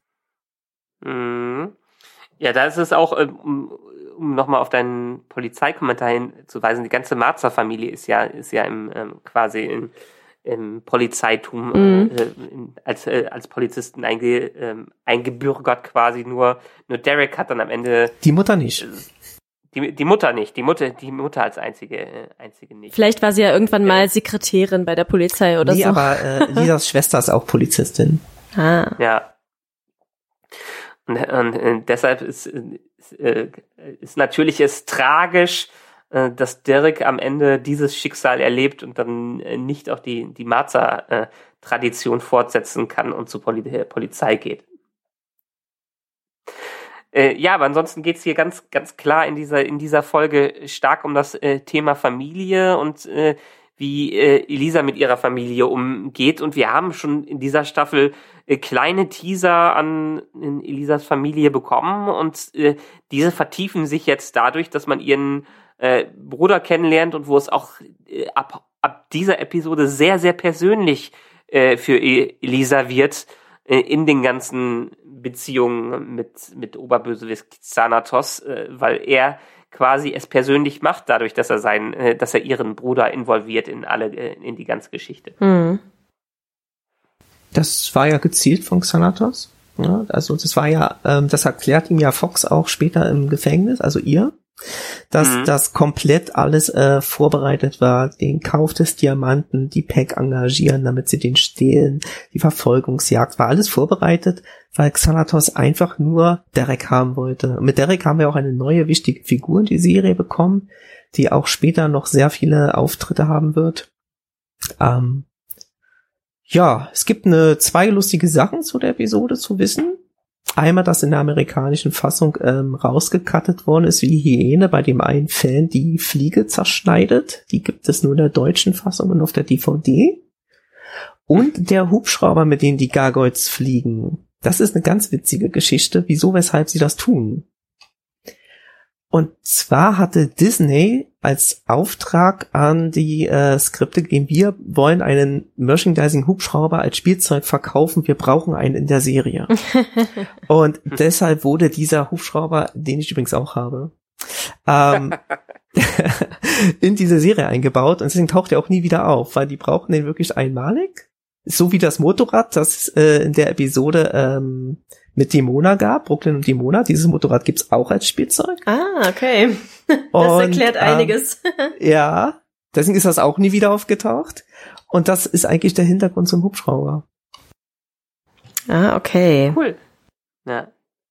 Mhm. Ja, da ist es auch, um, um nochmal auf deinen Polizeikommentar hinzuweisen, die ganze Marzer-Familie ist ja, ist ja im, ähm, quasi in, im Polizeitum Mhm. äh, in, als, äh, als Polizisten einge, ähm, eingebürgert quasi, nur, nur Derek hat dann am Ende Die Mutter nicht. die, die Mutter nicht, die Mutter, die Mutter als einzige, äh, einzige nicht. Vielleicht war sie ja irgendwann mal Sekretärin bei der Polizei oder Nee, so. aber äh, Lisas Schwester ist auch Polizistin. Ah. Ja. Und, und, und deshalb ist, ist, ist natürlich es tragisch, dass Derek am Ende dieses Schicksal erlebt und dann nicht auch die, die Marza-Tradition fortsetzen kann und zur Poli- Polizei geht. Ja, aber ansonsten geht's hier ganz, ganz klar in dieser, in dieser Folge stark um das Thema Familie und wie Elisa mit ihrer Familie umgeht. Und wir haben schon in dieser Staffel kleine Teaser an in Elisas Familie bekommen und äh, diese vertiefen sich jetzt dadurch, dass man ihren äh, Bruder kennenlernt und wo es auch äh, ab, ab dieser Episode sehr, sehr persönlich äh, für Elisa wird äh, in den ganzen Beziehungen mit, mit Oberbösewicht Xanatos, äh, weil er quasi es persönlich macht, dadurch, dass er seinen, äh, dass er ihren Bruder involviert in alle, äh, in die ganze Geschichte. Mhm. Das war ja gezielt von Xanatos. Ja, also das war ja, ähm, das erklärt ihm ja Fox auch später im Gefängnis, also ihr, dass Mhm. das komplett alles äh, vorbereitet war, den Kauf des Diamanten, die Pack engagieren, damit sie den stehlen, die Verfolgungsjagd, war alles vorbereitet, weil Xanatos einfach nur Derek haben wollte. Und mit Derek haben wir auch eine neue wichtige Figur in die Serie bekommen, die auch später noch sehr viele Auftritte haben wird. Ähm, Ja, es gibt eine zwei lustige Sachen zu der Episode zu wissen. Einmal, dass in der amerikanischen Fassung ähm, rausgecuttet worden ist, wie die Hyäne bei dem einen Fan die Fliege zerschneidet. Die gibt es nur in der deutschen Fassung und auf der D V D. Und der Hubschrauber, mit dem die Gargoyles fliegen. Das ist eine ganz witzige Geschichte, wieso, weshalb sie das tun. Und zwar hatte Disney als Auftrag an die äh, Skripte gegeben, wir wollen einen Merchandising-Hubschrauber als Spielzeug verkaufen, wir brauchen einen in der Serie. Und deshalb wurde dieser Hubschrauber, den ich übrigens auch habe, ähm, in diese Serie eingebaut und deswegen taucht er auch nie wieder auf, weil die brauchen den wirklich einmalig. So wie das Motorrad, das äh, in der Episode ähm, mit Demona gab, Brooklyn und Demona. Dieses Motorrad gibt's auch als Spielzeug. Ah, okay. Das und, erklärt einiges. Ähm, ja, deswegen ist das auch nie wieder aufgetaucht. Und das ist eigentlich der Hintergrund zum Hubschrauber. Ah, okay. Cool. Ja,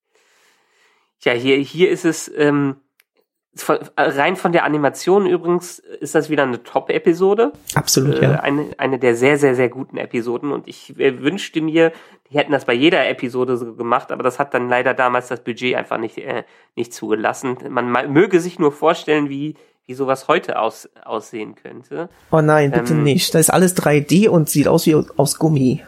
ja hier, hier ist es ähm, von, rein von der Animation übrigens ist das wieder eine Top-Episode. Absolut, äh, ja. Eine, eine der sehr, sehr, sehr guten Episoden und ich äh, wünschte mir, die hätten das bei jeder Episode so gemacht, aber das hat dann leider damals das Budget einfach nicht, äh, nicht zugelassen. Man ma- möge sich nur vorstellen, wie, wie sowas heute aus, aussehen könnte. Oh nein, bitte ähm, nicht. Das ist alles drei D und sieht aus wie aus Gummi.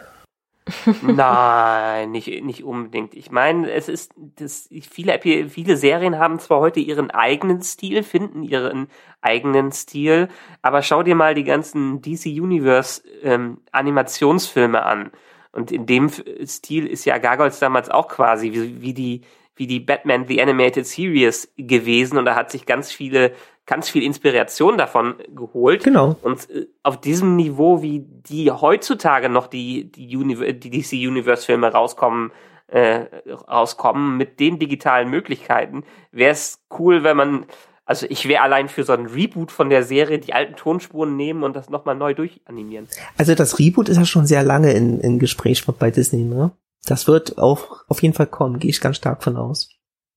Nein, nicht, nicht unbedingt. Ich meine, es ist, das, viele, viele Serien haben zwar heute ihren eigenen Stil, finden ihren eigenen Stil, aber schau dir mal die ganzen D C Universe ähm, Animationsfilme an. Und in dem Stil ist ja Gargoyles damals auch quasi wie, wie die, wie die Batman The Animated Series gewesen und da hat sich ganz viele ganz viel Inspiration davon geholt. Genau. Und äh, auf diesem Niveau, wie die heutzutage noch die, die, Uni- die D C Universe Filme rauskommen, äh, rauskommen mit den digitalen Möglichkeiten, wäre es cool, wenn man, also ich wäre allein für so ein Reboot von der Serie die alten Tonspuren nehmen und das nochmal neu durchanimieren. Also das Reboot ist ja schon sehr lange in, in Gespräch bei Disney, ne? Das wird auch auf jeden Fall kommen, gehe ich ganz stark von aus.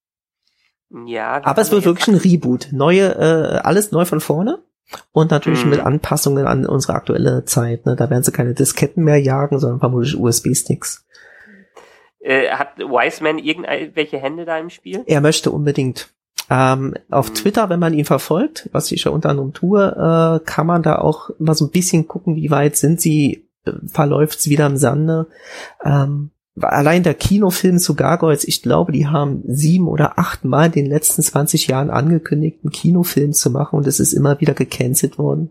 Ja. Aber es wird wirklich ein Reboot. Neue, äh, alles neu von vorne. Und natürlich Mhm. mit Anpassungen an unsere aktuelle Zeit. Ne? Da werden sie keine Disketten mehr jagen, sondern vermutlich U S B-Sticks. Äh, hat Wiseman irgendwelche Hände da im Spiel? Er möchte unbedingt. Ähm, auf Mhm. Twitter, wenn man ihn verfolgt, was ich ja unter anderem tue, äh, kann man da auch mal so ein bisschen gucken, wie weit sind sie, äh, verläuft's wieder im Sande. Ähm, Allein der Kinofilm zu Gargoyles, ich glaube, die haben sieben oder acht Mal in den letzten zwanzig Jahren angekündigt, einen Kinofilm zu machen und es ist immer wieder gecancelt worden.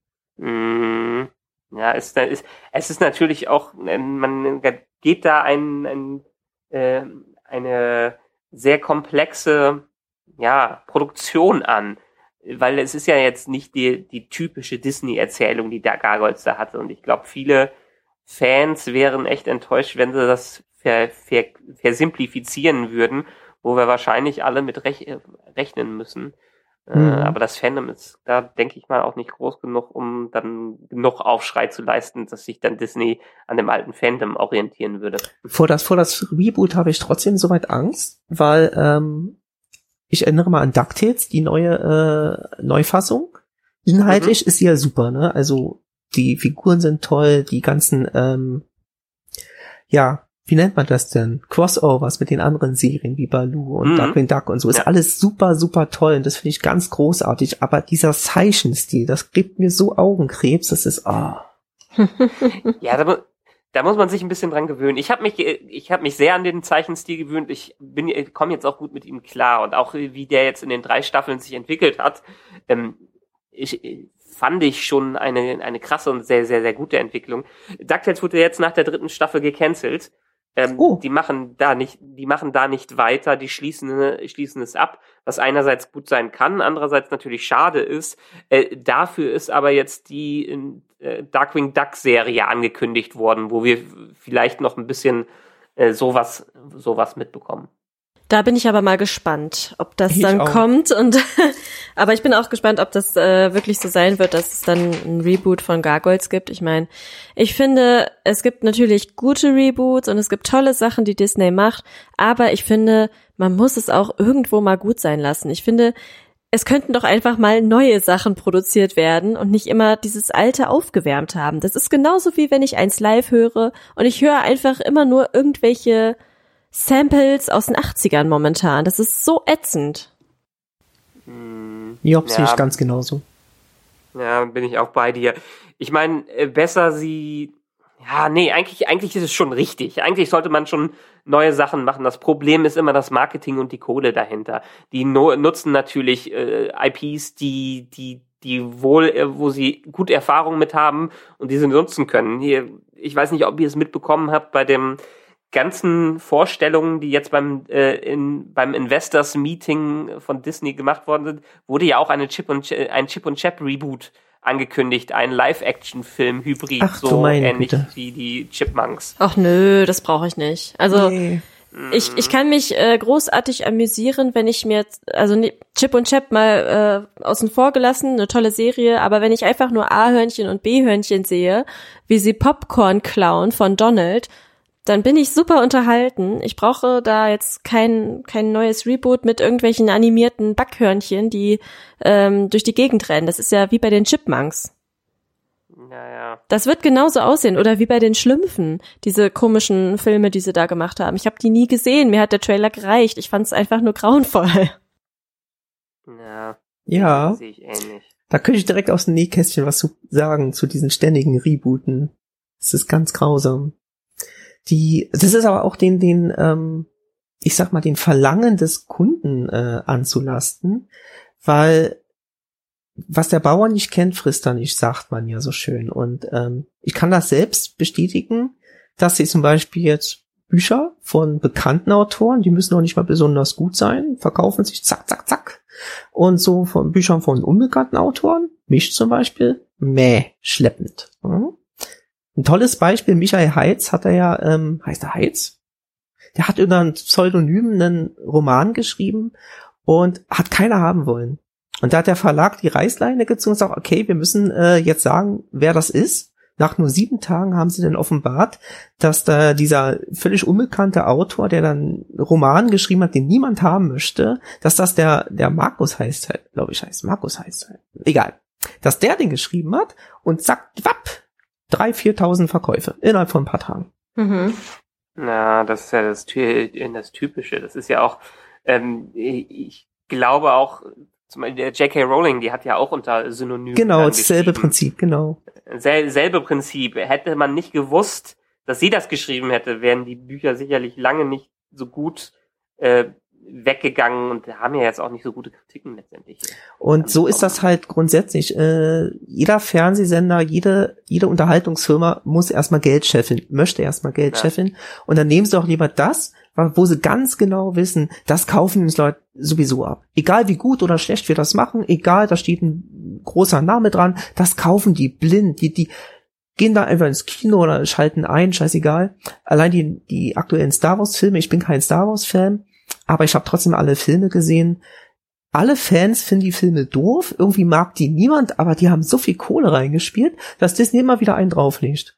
Mm, ja, es ist, es ist natürlich auch, man geht da ein, ein, äh, eine sehr komplexe ja, Produktion an, weil es ist ja jetzt nicht die, die typische Disney-Erzählung, die der Gargoyles da hatte und ich glaube, viele Fans wären echt enttäuscht, wenn sie das ver, ver, versimplifizieren würden, wo wir wahrscheinlich alle mit rech, rechnen müssen. Mhm. Äh, aber das Fandom ist da, denke ich mal, auch nicht groß genug, um dann genug Aufschrei zu leisten, dass sich dann Disney an dem alten Fandom orientieren würde. Vor das, vor das Reboot habe ich trotzdem soweit Angst, weil ähm, ich erinnere mal an DuckTales, die neue äh, Neufassung. Inhaltlich mhm. ist sie ja super, ne? Also die Figuren sind toll, die ganzen, ähm, ja, wie nennt man das denn? Crossovers mit den anderen Serien wie Baloo und mhm. Darkwing Duck und so. Ist ja alles super, super toll und das finde ich ganz großartig. Aber dieser Zeichenstil, das gibt mir so Augenkrebs, das ist, ah. Oh. Ja, da, da muss man sich ein bisschen dran gewöhnen. Ich habe mich, ich habe mich sehr an den Zeichenstil gewöhnt. Ich bin, komme jetzt auch gut mit ihm klar und auch wie der jetzt in den drei Staffeln sich entwickelt hat. Ähm, ich fand ich schon eine eine krasse und sehr, sehr, sehr gute Entwicklung. DuckTales wurde jetzt nach der dritten Staffel gecancelt. Ähm, oh. Die machen da nicht, die machen da nicht weiter, die schließen, schließen es ab, was einerseits gut sein kann, andererseits natürlich schade ist. Äh, dafür ist aber jetzt die äh, Darkwing Duck Serie angekündigt worden, wo wir vielleicht noch ein bisschen äh, sowas, sowas mitbekommen. Da bin ich aber mal gespannt, ob das ich dann auch. kommt. Und aber ich bin auch gespannt, ob das äh, wirklich so sein wird, dass es dann ein Reboot von Gargoyles gibt. Ich meine, ich finde, es gibt natürlich gute Reboots und es gibt tolle Sachen, die Disney macht, aber ich finde, man muss es auch irgendwo mal gut sein lassen. Ich finde, es könnten doch einfach mal neue Sachen produziert werden und nicht immer dieses alte aufgewärmt haben. Das ist genauso wie wenn ich eins live höre und ich höre einfach immer nur irgendwelche Samples aus den achtzigern momentan. Das ist so ätzend. Hm, ja, sehe ja, ich ganz genauso. Ja, bin ich auch bei dir. Ich meine, besser sie, Ja, nee, eigentlich, eigentlich ist es schon richtig. Eigentlich sollte man schon neue Sachen machen. Das Problem ist immer das Marketing und die Kohle dahinter. Die no- nutzen natürlich äh, I Ps, die, die, die wohl, äh, wo sie gut Erfahrung mit haben und die sie nutzen können. Hier, ich weiß nicht, ob ihr es mitbekommen habt bei dem ganzen Vorstellungen, die jetzt beim äh, in, beim Investors Meeting von Disney gemacht worden sind, wurde ja auch eine Chip und Ch- ein Chip und Chap Reboot angekündigt, ein Live-Action-Film-Hybrid, Ach, so ähnlich Güte. wie die Chipmunks. Ach nö, das brauche ich nicht. Also Nee. ich ich kann mich äh, großartig amüsieren, wenn ich mir jetzt, also ne, Chip und Chap mal äh, außen vor gelassen, eine tolle Serie, aber wenn ich einfach nur A-Hörnchen und B-Hörnchen sehe, wie sie Popcorn klauen von Donald, dann bin ich super unterhalten. Ich brauche da jetzt kein kein neues Reboot mit irgendwelchen animierten Backhörnchen, die ähm, durch die Gegend rennen. Das ist ja wie bei den Chipmunks. Ja, ja. Das wird genauso aussehen. Oder wie bei den Schlümpfen, diese komischen Filme, die sie da gemacht haben. Ich habe die nie gesehen. Mir hat der Trailer gereicht. Ich fand es einfach nur grauenvoll. Ja, Ja, sehe ich ähnlich. da könnte ich direkt aus dem Nähkästchen was zu sagen zu diesen ständigen Rebooten. Das ist ganz grausam. Die, das ist aber auch den, den, ähm, ich sag mal, den Verlangen des Kunden äh, anzulasten, weil was der Bauer nicht kennt, frisst er nicht, sagt man ja so schön. Und ähm, ich kann das selbst bestätigen, dass sie zum Beispiel jetzt Bücher von bekannten Autoren, die müssen auch nicht mal besonders gut sein, verkaufen sich zack, zack, zack. Und so von Büchern von unbekannten Autoren, mich zum Beispiel, mäh, schleppend. Mhm. Ein tolles Beispiel, Michael Heitz hat er ja, ähm, heißt er Heitz? Der hat unter einem Pseudonym einen Roman geschrieben und hat keiner haben wollen. Und da hat der Verlag die Reißleine gezogen und sagt, okay, wir müssen äh, jetzt sagen, wer das ist. Nach nur sieben Tagen haben sie dann offenbart, dass da dieser völlig unbekannte Autor, der dann einen Roman geschrieben hat, den niemand haben möchte, dass das der der Markus heißt, glaube ich, heißt Markus heißt. Egal. Dass der den geschrieben hat und zack, wapp, dreitausend, viertausend Verkäufe innerhalb von ein paar Tagen. Mhm. Na, das ist ja das, Ty- das Typische. Das ist ja auch, ähm, ich glaube auch, zum Beispiel der J K. Rowling, die hat ja auch unter Synonymen Genau, dann dasselbe geschrieben. Prinzip, genau. Sel- selbe Prinzip. Hätte man nicht gewusst, dass sie das geschrieben hätte, wären die Bücher sicherlich lange nicht so gut äh, weggegangen und haben ja jetzt auch nicht so gute Kritiken letztendlich. Und so ist das halt grundsätzlich. Äh, jeder Fernsehsender, jede jede Unterhaltungsfirma muss erstmal Geld scheffeln, möchte erstmal Geld Ja. scheffeln. Und dann nehmen sie doch lieber das, wo sie ganz genau wissen, das kaufen uns Leute sowieso ab. Egal wie gut oder schlecht wir das machen, egal, da steht ein großer Name dran, das kaufen die blind, die, die gehen da einfach ins Kino oder schalten ein, scheißegal. Allein die, die aktuellen Star Wars Filme, ich bin kein Star Wars Fan, aber ich habe trotzdem alle Filme gesehen. Alle Fans finden die Filme doof, irgendwie mag die niemand, aber die haben so viel Kohle reingespielt, dass Disney immer wieder einen drauflegt.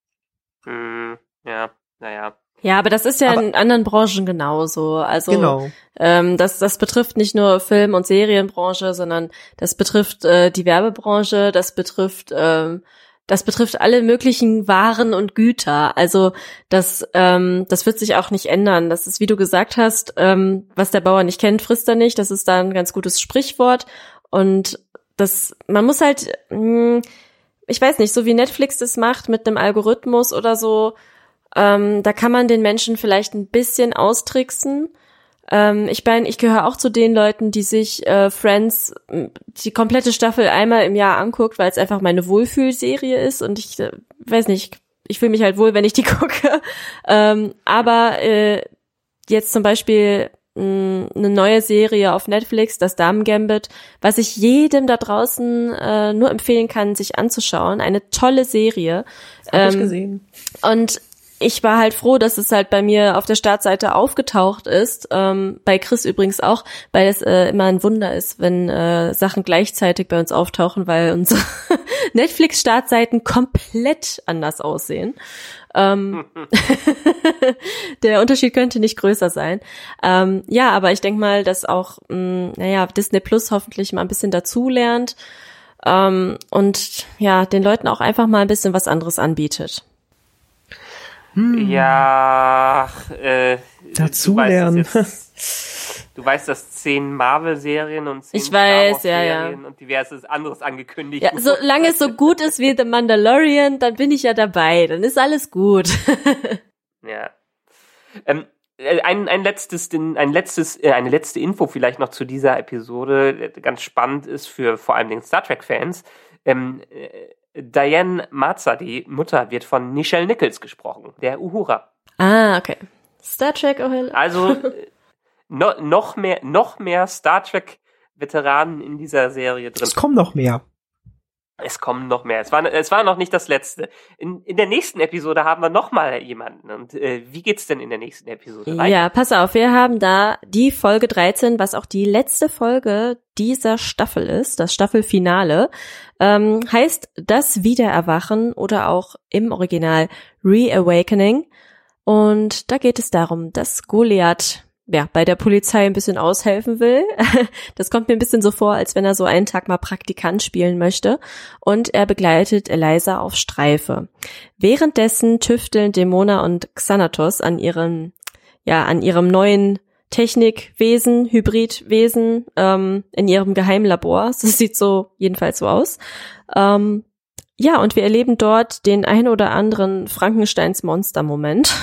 Hm, ja, naja. Ja, aber das ist ja Aber- in anderen Branchen genauso. Also Genau. ähm, das, das betrifft nicht nur Film- und Serienbranche, sondern das betrifft äh, die Werbebranche, das betrifft ähm, das betrifft alle möglichen Waren und Güter. Also das ähm, das wird sich auch nicht ändern. Das ist, wie du gesagt hast, ähm, was der Bauer nicht kennt, frisst er nicht. Das ist da ein ganz gutes Sprichwort. Und das, man muss halt, mh, ich weiß nicht, so wie Netflix das macht mit einem Algorithmus oder so, Ähm, da kann man den Menschen vielleicht ein bisschen austricksen. Ähm, ich bin, ich gehöre auch zu den Leuten, die sich äh, Friends m, die komplette Staffel einmal im Jahr anguckt, weil es einfach meine Wohlfühlserie ist und ich äh, weiß nicht, ich fühle mich halt wohl, wenn ich die gucke. Ähm, aber äh, jetzt zum Beispiel mh, eine neue Serie auf Netflix, das Damen Gambit, was ich jedem da draußen äh, nur empfehlen kann, sich anzuschauen. Eine tolle Serie. Hab ich Ähm, gesehen. Und ich war halt froh, dass es halt bei mir auf der Startseite aufgetaucht ist, ähm, bei Chris übrigens auch, weil es äh, immer ein Wunder ist, wenn äh, Sachen gleichzeitig bei uns auftauchen, weil unsere Netflix-Startseiten komplett anders aussehen. Ähm, der Unterschied könnte nicht größer sein. Ähm, ja, aber ich denke mal, dass auch, mh, naja, Disney Plus hoffentlich mal ein bisschen dazulernt ähm, und ja, den Leuten auch einfach mal ein bisschen was anderes anbietet. Hm. Ja, äh, dazulernen. Du, du weißt, dass zehn Marvel-Serien und zehn ich weiß, Star ja, Wars-Serien ja. und diverses anderes angekündigt Ja, wurden. solange es so gut ist wie The Mandalorian, dann bin ich ja dabei. Dann ist alles gut. Ja. Ähm, ein, ein letztes, ein letztes, äh, eine letzte Info vielleicht noch zu dieser Episode, äh, ganz spannend ist für vor allem den Star Trek-Fans. Ähm, äh, Diane Marza, die Mutter, wird von Nichelle Nichols gesprochen, der Uhura. Ah, okay. Star Trek, oh Also äh, no, noch mehr, noch mehr Star Trek-Veteranen in dieser Serie drin. Es kommen noch mehr. Es kommen noch mehr. Es war, es war noch nicht das Letzte. In, in der nächsten Episode haben wir noch mal jemanden. Und äh, wie geht's denn in der nächsten Episode weiter? Ja, pass auf, wir haben da die Folge dreizehn, was auch die letzte Folge dieser Staffel ist, das Staffelfinale, ähm, heißt Das Wiedererwachen oder auch im Original Reawakening. Und da geht es darum, dass Goliath ja, bei der Polizei ein bisschen aushelfen will. Das kommt mir ein bisschen so vor, als wenn er so einen Tag mal Praktikant spielen möchte. Und er begleitet Eliza auf Streife. Währenddessen tüfteln Demona und Xanatos an ihrem, ja, an ihrem neuen Technikwesen, Hybridwesen, ähm, in ihrem Geheimlabor. Das sieht so jedenfalls so aus. Ähm, ja, und wir erleben dort den ein oder anderen Frankensteins Monster-Moment.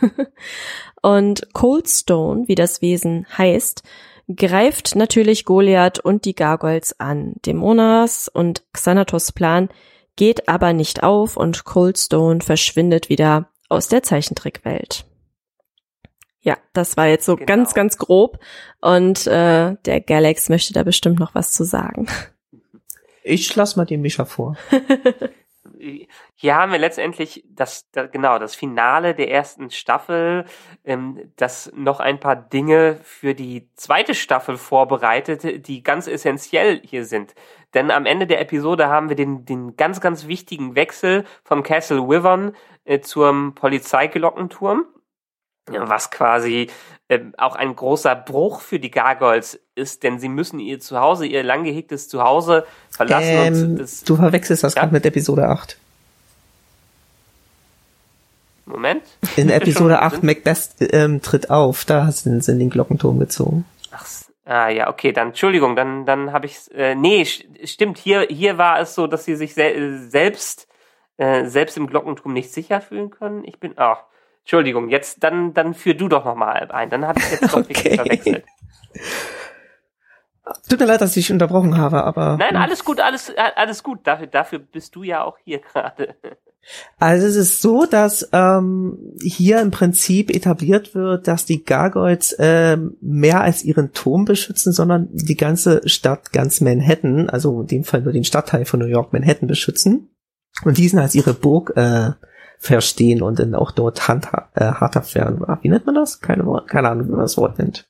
Und Coldstone, wie das Wesen heißt, greift natürlich Goliath und die Gargoyles an. Demonas und Xanatos Plan geht aber nicht auf und Coldstone verschwindet wieder aus der Zeichentrickwelt. Ja, das war jetzt so Genau. ganz, ganz grob und äh, der Galax möchte da bestimmt noch was zu sagen. Ich lass mal den Mischa vor. Hier haben wir letztendlich das, das genau das Finale der ersten Staffel, ähm, das noch ein paar Dinge für die zweite Staffel vorbereitet, die ganz essentiell hier sind. Denn am Ende der Episode haben wir den, den ganz, ganz wichtigen Wechsel vom Castle Wyvern äh, zum Polizeiglockenturm, was quasi äh, auch ein großer Bruch für die Gargoyles ist, denn sie müssen ihr Zuhause, ihr lang gehegtes Zuhause verlassen. Ähm, und das, du verwechselst das Ja? gerade mit Episode acht. Moment. In Episode Schon acht, sind- Macbeth ähm, tritt auf, da sind sie in den Glockenturm gezogen. Ach, s- ah ja, okay, dann Entschuldigung, dann dann habe ich äh, nee, st- stimmt, hier hier war es so, dass sie sich sel selbst äh, selbst im Glockenturm nicht sicher fühlen können. Ich bin ach, Entschuldigung, jetzt dann dann führ du doch noch mal ein, dann habe ich jetzt doch wirklich Okay. verwechselt. Tut mir leid, dass ich unterbrochen habe, aber... Nein, alles gut, alles alles gut. Dafür dafür bist du ja auch hier gerade. Also es ist so, dass ähm, hier im Prinzip etabliert wird, dass die Gargoyles ähm, mehr als ihren Turm beschützen, sondern die ganze Stadt, ganz Manhattan, also in dem Fall nur den Stadtteil von New York, Manhattan, beschützen und diesen als ihre Burg äh, verstehen und dann auch dort handha- äh, handhaft werden. Wie nennt man das? Keine, keine Ahnung, wie man das Wort nennt.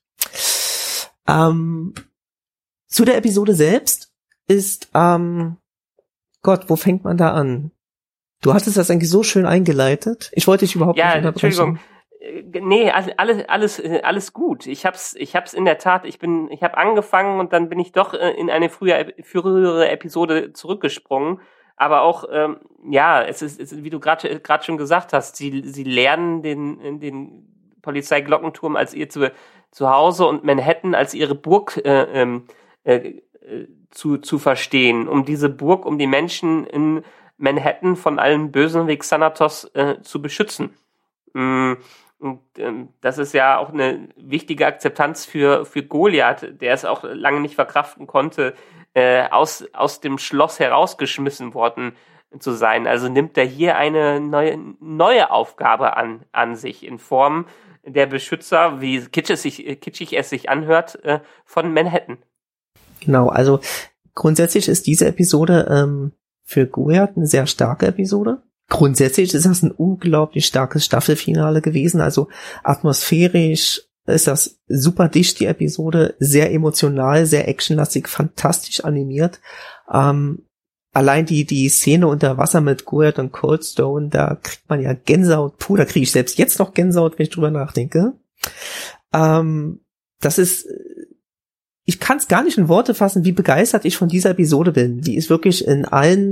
Ähm, zu der Episode selbst ist, ähm, Gott, wo fängt man da an? Du hattest das eigentlich so schön eingeleitet. Ich wollte dich überhaupt Ja, nicht unterbrechen. Entschuldigung. Äh, Nee, alles, alles, alles, äh, alles gut. Ich hab's, ich hab's in der Tat, ich bin, ich habe angefangen und dann bin ich doch äh, in eine früher, frühere Episode zurückgesprungen. Aber auch, ähm, ja, es ist, es ist wie du gerade gerade schon gesagt hast, sie, sie lernen den, den Polizeiglockenturm als ihr zu, Zuhause und Manhattan als ihre Burg äh, ähm, äh, zu, zu verstehen, um diese Burg, um die Menschen in Manhattan von allen Bösen wie Xanatos äh, zu beschützen. Mm, und ähm, das ist ja auch eine wichtige Akzeptanz für, für Goliath, der es auch lange nicht verkraften konnte, äh, aus, aus dem Schloss herausgeschmissen worden zu sein. Also nimmt er hier eine neue, neue Aufgabe an, an sich in Form der Beschützer, wie kitschig, sich, kitschig es sich anhört, äh, von Manhattan. Genau, also grundsätzlich ist diese Episode ähm, für Goliath eine sehr starke Episode. Grundsätzlich ist das ein unglaublich starkes Staffelfinale gewesen, also atmosphärisch ist das super dicht, die Episode, sehr emotional, sehr actionlastig, fantastisch animiert. Ähm, allein die die Szene unter Wasser mit Goliath und Coldstone, da kriegt man ja Gänsehaut, puh, da kriege ich selbst jetzt noch Gänsehaut, wenn ich drüber nachdenke. Ähm, das ist, ich kann es gar nicht in Worte fassen, wie begeistert ich von dieser Episode bin. Die ist wirklich in allen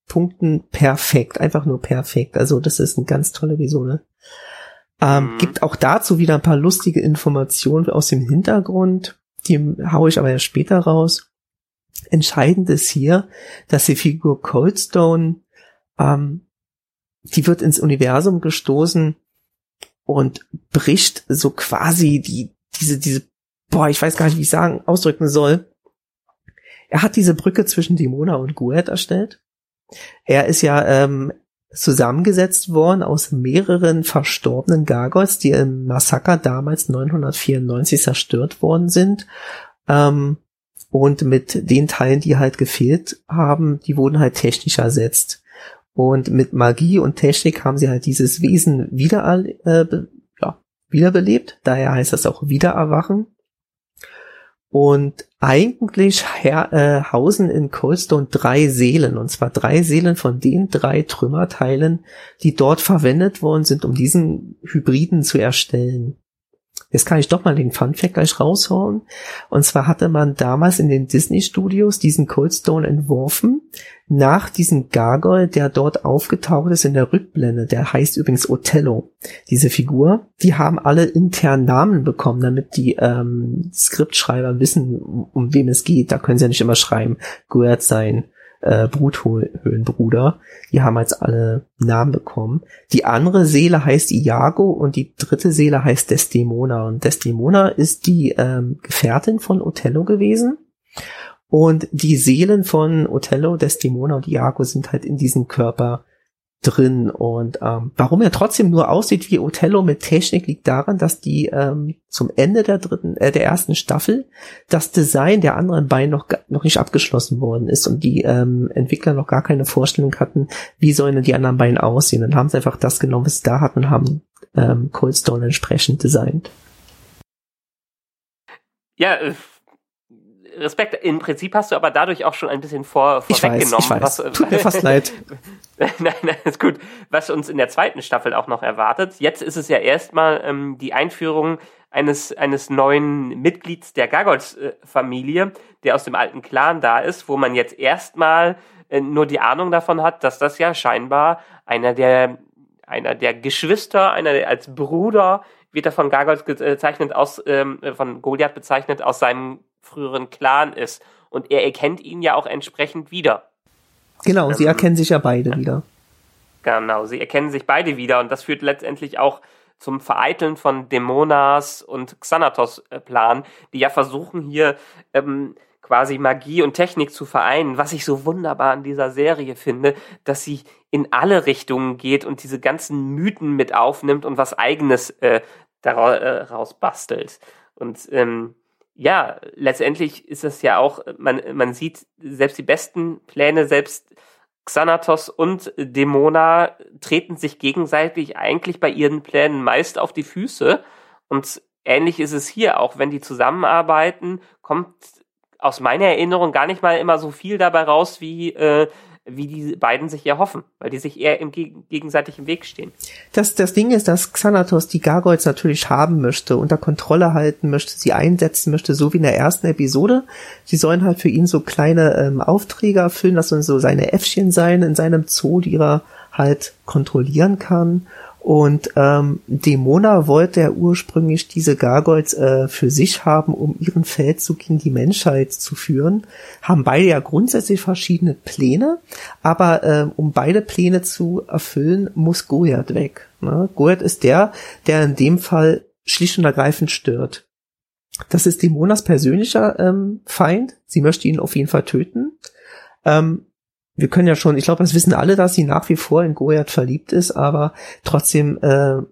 Punkten perfekt, einfach nur perfekt. Also das ist eine ganz tolle Episode. Ähm, mhm. Gibt auch dazu wieder ein paar lustige Informationen aus dem Hintergrund, die haue ich aber ja später raus. Entscheidend ist hier, dass die Figur Coldstone, ähm, die wird ins Universum gestoßen und bricht so quasi die, diese, diese, boah, ich weiß gar nicht, wie ich sagen, ausdrücken soll. Er hat diese Brücke zwischen Demona und Goa'uld erstellt. Er ist ja ähm, zusammengesetzt worden aus mehreren verstorbenen Gargoyles, die im Massaker damals neunhundertvierundneunzig zerstört worden sind. Ähm, und mit den Teilen, die halt gefehlt haben, die wurden halt technisch ersetzt. Und mit Magie und Technik haben sie halt dieses Wesen wieder, äh, ja, wiederbelebt. Daher heißt das auch Wiedererwachen. Und eigentlich her, äh, hausen in Coldstone drei Seelen, und zwar drei Seelen von den drei Trümmerteilen, die dort verwendet worden sind, um diesen Hybriden zu erstellen. Jetzt kann ich doch mal den Funfact gleich raushauen. Und zwar hatte man damals in den Disney-Studios diesen Coldstone entworfen, nach diesem Gargoyle, der dort aufgetaucht ist in der Rückblende. Der heißt übrigens Othello, diese Figur. Die haben alle internen Namen bekommen, damit die ähm, Skriptschreiber wissen, um, um wem es geht. Da können sie ja nicht immer schreiben, Goa'uld sein äh, Bruthöhlenbruder. Die haben jetzt alle Namen bekommen. Die andere Seele heißt Iago und die dritte Seele heißt Desdemona. Und Desdemona ist die ähm, Gefährtin von Othello gewesen. Und die Seelen von Othello, Desdemona und Iago sind halt in diesem Körper drin. Und ähm, warum er trotzdem nur aussieht wie Othello mit Technik, liegt daran, dass die ähm, zum Ende der dritten, äh, der ersten Staffel das Design der anderen beiden noch noch nicht abgeschlossen worden ist und die ähm, Entwickler noch gar keine Vorstellung hatten, wie sollen denn die anderen beiden aussehen. Dann haben sie einfach das genommen, was sie da hatten und haben ähm, Coldstone entsprechend designt. Ja, äh Respekt. Im Prinzip hast du aber dadurch auch schon ein bisschen vor, vorweggenommen. Ich weiß, ich weiß. Was, Tut mir fast leid. Nein, nein, ist gut. Was uns in der zweiten Staffel auch noch erwartet. Jetzt ist es ja erstmal ähm, die Einführung eines eines neuen Mitglieds der Gargoyles-Familie, äh, der aus dem alten Clan da ist, wo man jetzt erstmal äh, nur die Ahnung davon hat, dass das ja scheinbar einer der einer der Geschwister, einer der als Bruder wird er von Gargoyles bezeichnet, aus ähm, von Goliath bezeichnet, aus seinem früheren Clan ist. Und er erkennt ihn ja auch entsprechend wieder. Genau, ähm, sie erkennen sich ja beide wieder. Genau, sie erkennen sich beide wieder und das führt letztendlich auch zum Vereiteln von Dämonas und Xanatos äh, Plan, die ja versuchen hier ähm, quasi Magie und Technik zu vereinen, was ich so wunderbar an dieser Serie finde, dass sie in alle Richtungen geht und diese ganzen Mythen mit aufnimmt und was Eigenes äh, daraus äh, bastelt. Und ähm, ja, letztendlich ist es ja auch, man, man sieht selbst die besten Pläne, selbst Xanatos und Dämona treten sich gegenseitig eigentlich bei ihren Plänen meist auf die Füße. Und ähnlich ist es hier auch, wenn die zusammenarbeiten, kommt aus meiner Erinnerung gar nicht mal immer so viel dabei raus, wie äh, wie die beiden sich erhoffen, weil die sich eher im geg- gegenseitig im Weg stehen. Das, das Ding ist, dass Xanatos die Gargoyles natürlich haben möchte, unter Kontrolle halten möchte, sie einsetzen möchte, so wie in der ersten Episode. Sie sollen halt für ihn so kleine ähm, Aufträge erfüllen, das sollen so seine Äffchen sein in seinem Zoo, die er halt kontrollieren kann. Und ähm, Dämona wollte ja ursprünglich diese Gargoyles äh, für sich haben, um ihren Feldzug gegen die Menschheit zu führen. Haben beide ja grundsätzlich verschiedene Pläne, aber äh, um beide Pläne zu erfüllen, muss Goa'uld weg. Ne? Goa'uld ist der, der in dem Fall schlicht und ergreifend stört. Das ist Dämonas persönlicher ähm, Feind. Sie möchte ihn auf jeden Fall töten. Ähm, Wir können ja schon, ich glaube, das wissen alle, dass sie nach wie vor in Goa'uld verliebt ist, aber trotzdem, äh,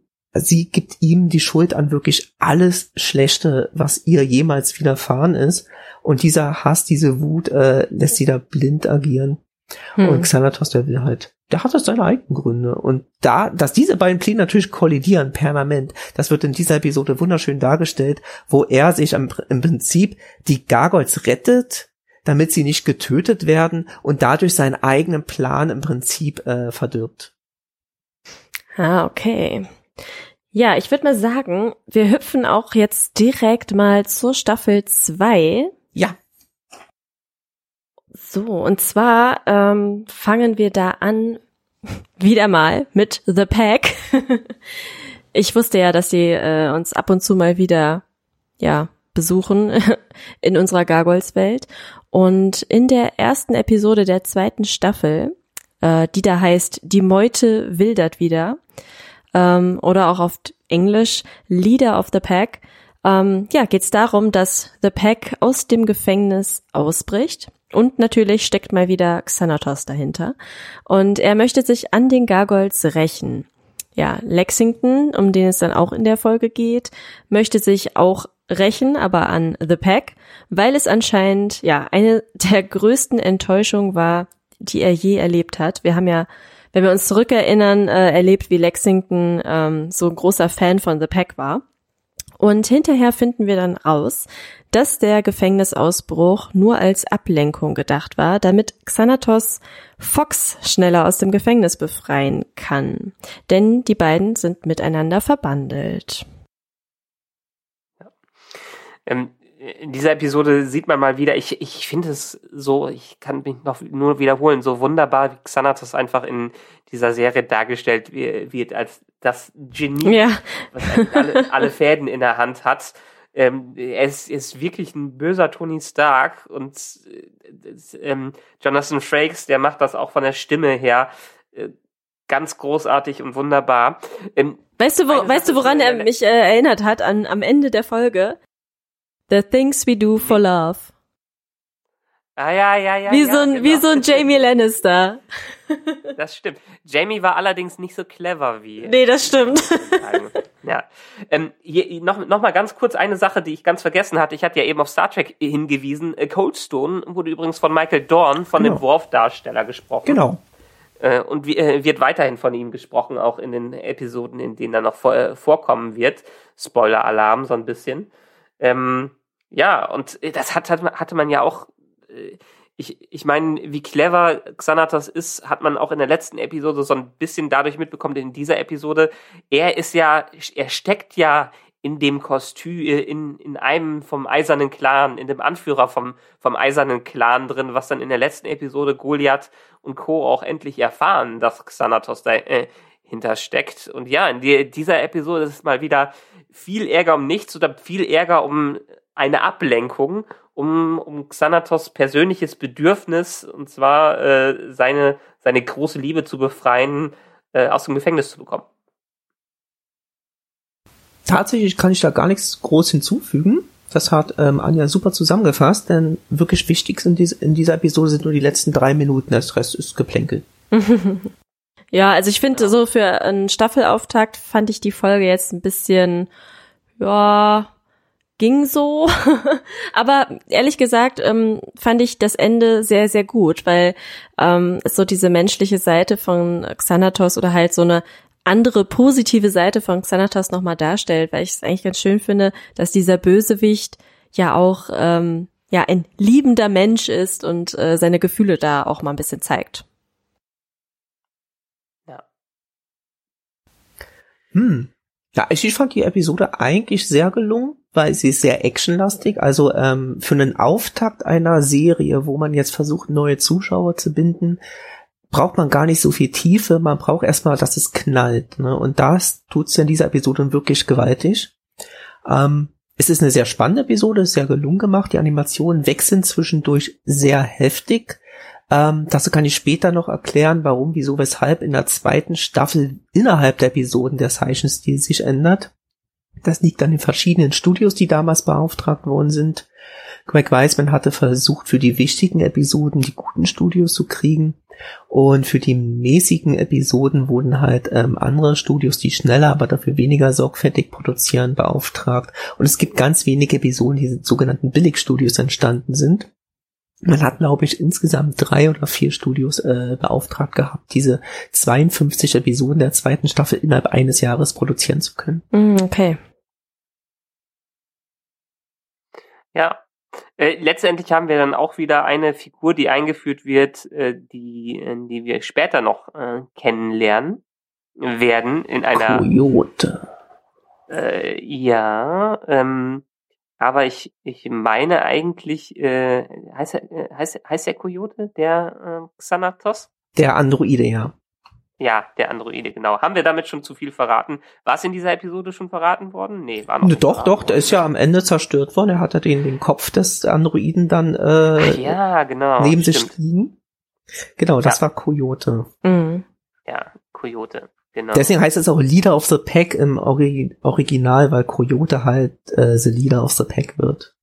sie gibt ihm die Schuld an wirklich alles Schlechte, was ihr jemals widerfahren ist. Und dieser Hass, diese Wut, äh, lässt sie da blind agieren. Hm. Und Xanatos, der will halt, der hat halt seine eigenen Gründe. Und da, dass diese beiden Pläne natürlich kollidieren, permanent, das wird in dieser Episode wunderschön dargestellt, wo er sich im, im Prinzip die Gargoyles rettet, damit sie nicht getötet werden und dadurch seinen eigenen Plan im Prinzip äh, verdirbt. Ah, okay. Ja, ich würde mal sagen, wir hüpfen auch jetzt direkt mal zur Staffel zwei. Ja. So, und zwar ähm, fangen wir da an, wieder mal mit The Pack. Ich wusste ja, dass sie äh, uns ab und zu mal wieder ja besuchen in unserer Gargoyles-Welt. Und in der ersten Episode der zweiten Staffel, äh, die da heißt Die Meute wildert wieder, ähm, oder auch auf Englisch Leader of the Pack, ähm, ja, geht es darum, dass The Pack aus dem Gefängnis ausbricht. Und natürlich steckt mal wieder Xanatos dahinter. Und er möchte sich an den Gargoyles rächen. Ja, Lexington, um den es dann auch in der Folge geht, möchte sich auch rächen, aber an The Pack, weil es anscheinend ja eine der größten Enttäuschungen war, die er je erlebt hat. Wir haben ja, wenn wir uns zurückerinnern, äh, erlebt, wie Lexington ähm, so ein großer Fan von The Pack war. Und hinterher finden wir dann raus, dass der Gefängnisausbruch nur als Ablenkung gedacht war, damit Xanatos Fox schneller aus dem Gefängnis befreien kann. Denn die beiden sind miteinander verbandelt. Ja. Ähm, in dieser Episode sieht man mal wieder, ich, ich finde es so, ich kann mich noch nur wiederholen, so wunderbar, wie Xanatos einfach in dieser Serie dargestellt wird, als das Genie, ja. was alle, alle Fäden in der Hand hat. Ähm, er ist, ist wirklich ein böser Tony Stark und äh, ähm, Jonathan Frakes, der macht das auch von der Stimme her äh, ganz großartig und wunderbar. Ähm, weißt du, wo, weißt du, woran er mich äh, erinnert hat an, am Ende der Folge? The Things We Do for Love. Ah, ja, ja, ja. Wie ja, so ein, genau. wie so ein Jamie Lannister. Das stimmt. Jamie war allerdings nicht so clever wie. Nee, das stimmt. Ja. Ähm, hier, noch, noch mal ganz kurz eine Sache, die ich ganz vergessen hatte. Ich hatte ja eben auf Star Trek hingewiesen. Cold Stone wurde übrigens von Michael Dorn, von genau. dem Worf-Darsteller, gesprochen. Genau. Äh, und wie, äh, wird weiterhin von ihm gesprochen, auch in den Episoden, in denen er noch vor, äh, vorkommen wird. Spoiler-Alarm, so ein bisschen. Ähm, ja, und das hat, hat, hatte man ja auch, äh, ich, ich meine, wie clever Xanatos ist, hat man auch in der letzten Episode so ein bisschen dadurch mitbekommen, in dieser Episode, er ist ja, er steckt ja in dem Kostüm, in, in einem vom Eisernen Clan, in dem Anführer vom, vom Eisernen Clan drin, was dann in der letzten Episode Goliath und Co. auch endlich erfahren, dass Xanatos da äh, hintersteckt. Und ja, in die, dieser Episode ist es mal wieder viel Ärger um nichts oder viel Ärger um eine Ablenkung, um, um Xanatos persönliches Bedürfnis, und zwar äh, seine, seine große Liebe zu befreien, äh, aus dem Gefängnis zu bekommen. Tatsächlich kann ich da gar nichts groß hinzufügen. Das hat ähm, Anja super zusammengefasst, denn wirklich wichtig in, diese, in dieser Episode sind nur die letzten drei Minuten, der Rest ist Geplänkel. Ja, also ich finde, so für einen Staffelauftakt fand ich die Folge jetzt ein bisschen, ja, ging so. Aber ehrlich gesagt ähm, fand ich das Ende sehr, sehr gut, weil ähm, es so diese menschliche Seite von Xanatos oder halt so eine andere positive Seite von Xanatos nochmal darstellt, weil ich es eigentlich ganz schön finde, dass dieser Bösewicht ja auch ähm, ja ein liebender Mensch ist und äh, seine Gefühle da auch mal ein bisschen zeigt. Ja. Hm. Ja, ich, ich fand die Episode eigentlich sehr gelungen, weil sie ist sehr actionlastig. Also ähm, für einen Auftakt einer Serie, wo man jetzt versucht, neue Zuschauer zu binden, braucht man gar nicht so viel Tiefe. Man braucht erstmal, dass es knallt. Ne? Und das tut's ja in dieser Episode wirklich gewaltig. Ähm, es ist eine sehr spannende Episode, sehr gelungen gemacht. Die Animationen wechseln zwischendurch sehr heftig. Ähm, dazu kann ich später noch erklären, warum, wieso, weshalb in der zweiten Staffel innerhalb der Episoden der Zeichenstil sich ändert. Das liegt an den verschiedenen Studios, die damals beauftragt worden sind. Greg Weisman hatte versucht, für die wichtigen Episoden die guten Studios zu kriegen. Und für die mäßigen Episoden wurden halt ähm, andere Studios, die schneller, aber dafür weniger sorgfältig produzieren, beauftragt. Und es gibt ganz wenige Episoden, die in sogenannten Billigstudios entstanden sind. Man hat, glaube ich, insgesamt drei oder vier Studios äh, beauftragt gehabt, diese zweiundfünfzig Episoden der zweiten Staffel innerhalb eines Jahres produzieren zu können. Okay. Ja. Äh, letztendlich haben wir dann auch wieder eine Figur, die eingeführt wird, äh, die, äh, die wir später noch äh, kennenlernen werden in einer. Coyote. Äh, ja. Ähm, aber ich, ich meine eigentlich, äh, heißt, er, heißt, heißt der Coyote, der äh, Xanatos? Der Androide, ja. Ja, der Androide, genau. Haben wir damit schon zu viel verraten? War es in dieser Episode schon verraten worden? Nee, war noch Ne, nicht doch, verraten doch, der worden. ist ja am Ende zerstört worden. Er hat ja den, den Kopf des Androiden dann äh, Ach, ja, genau. neben sich Stimmt. liegen. Genau, das Ja. war Coyote. Mhm. Ja, Coyote, genau. Deswegen heißt es auch Leader of the Pack im Ori- Original, weil Coyote halt äh, the Leader of the Pack wird.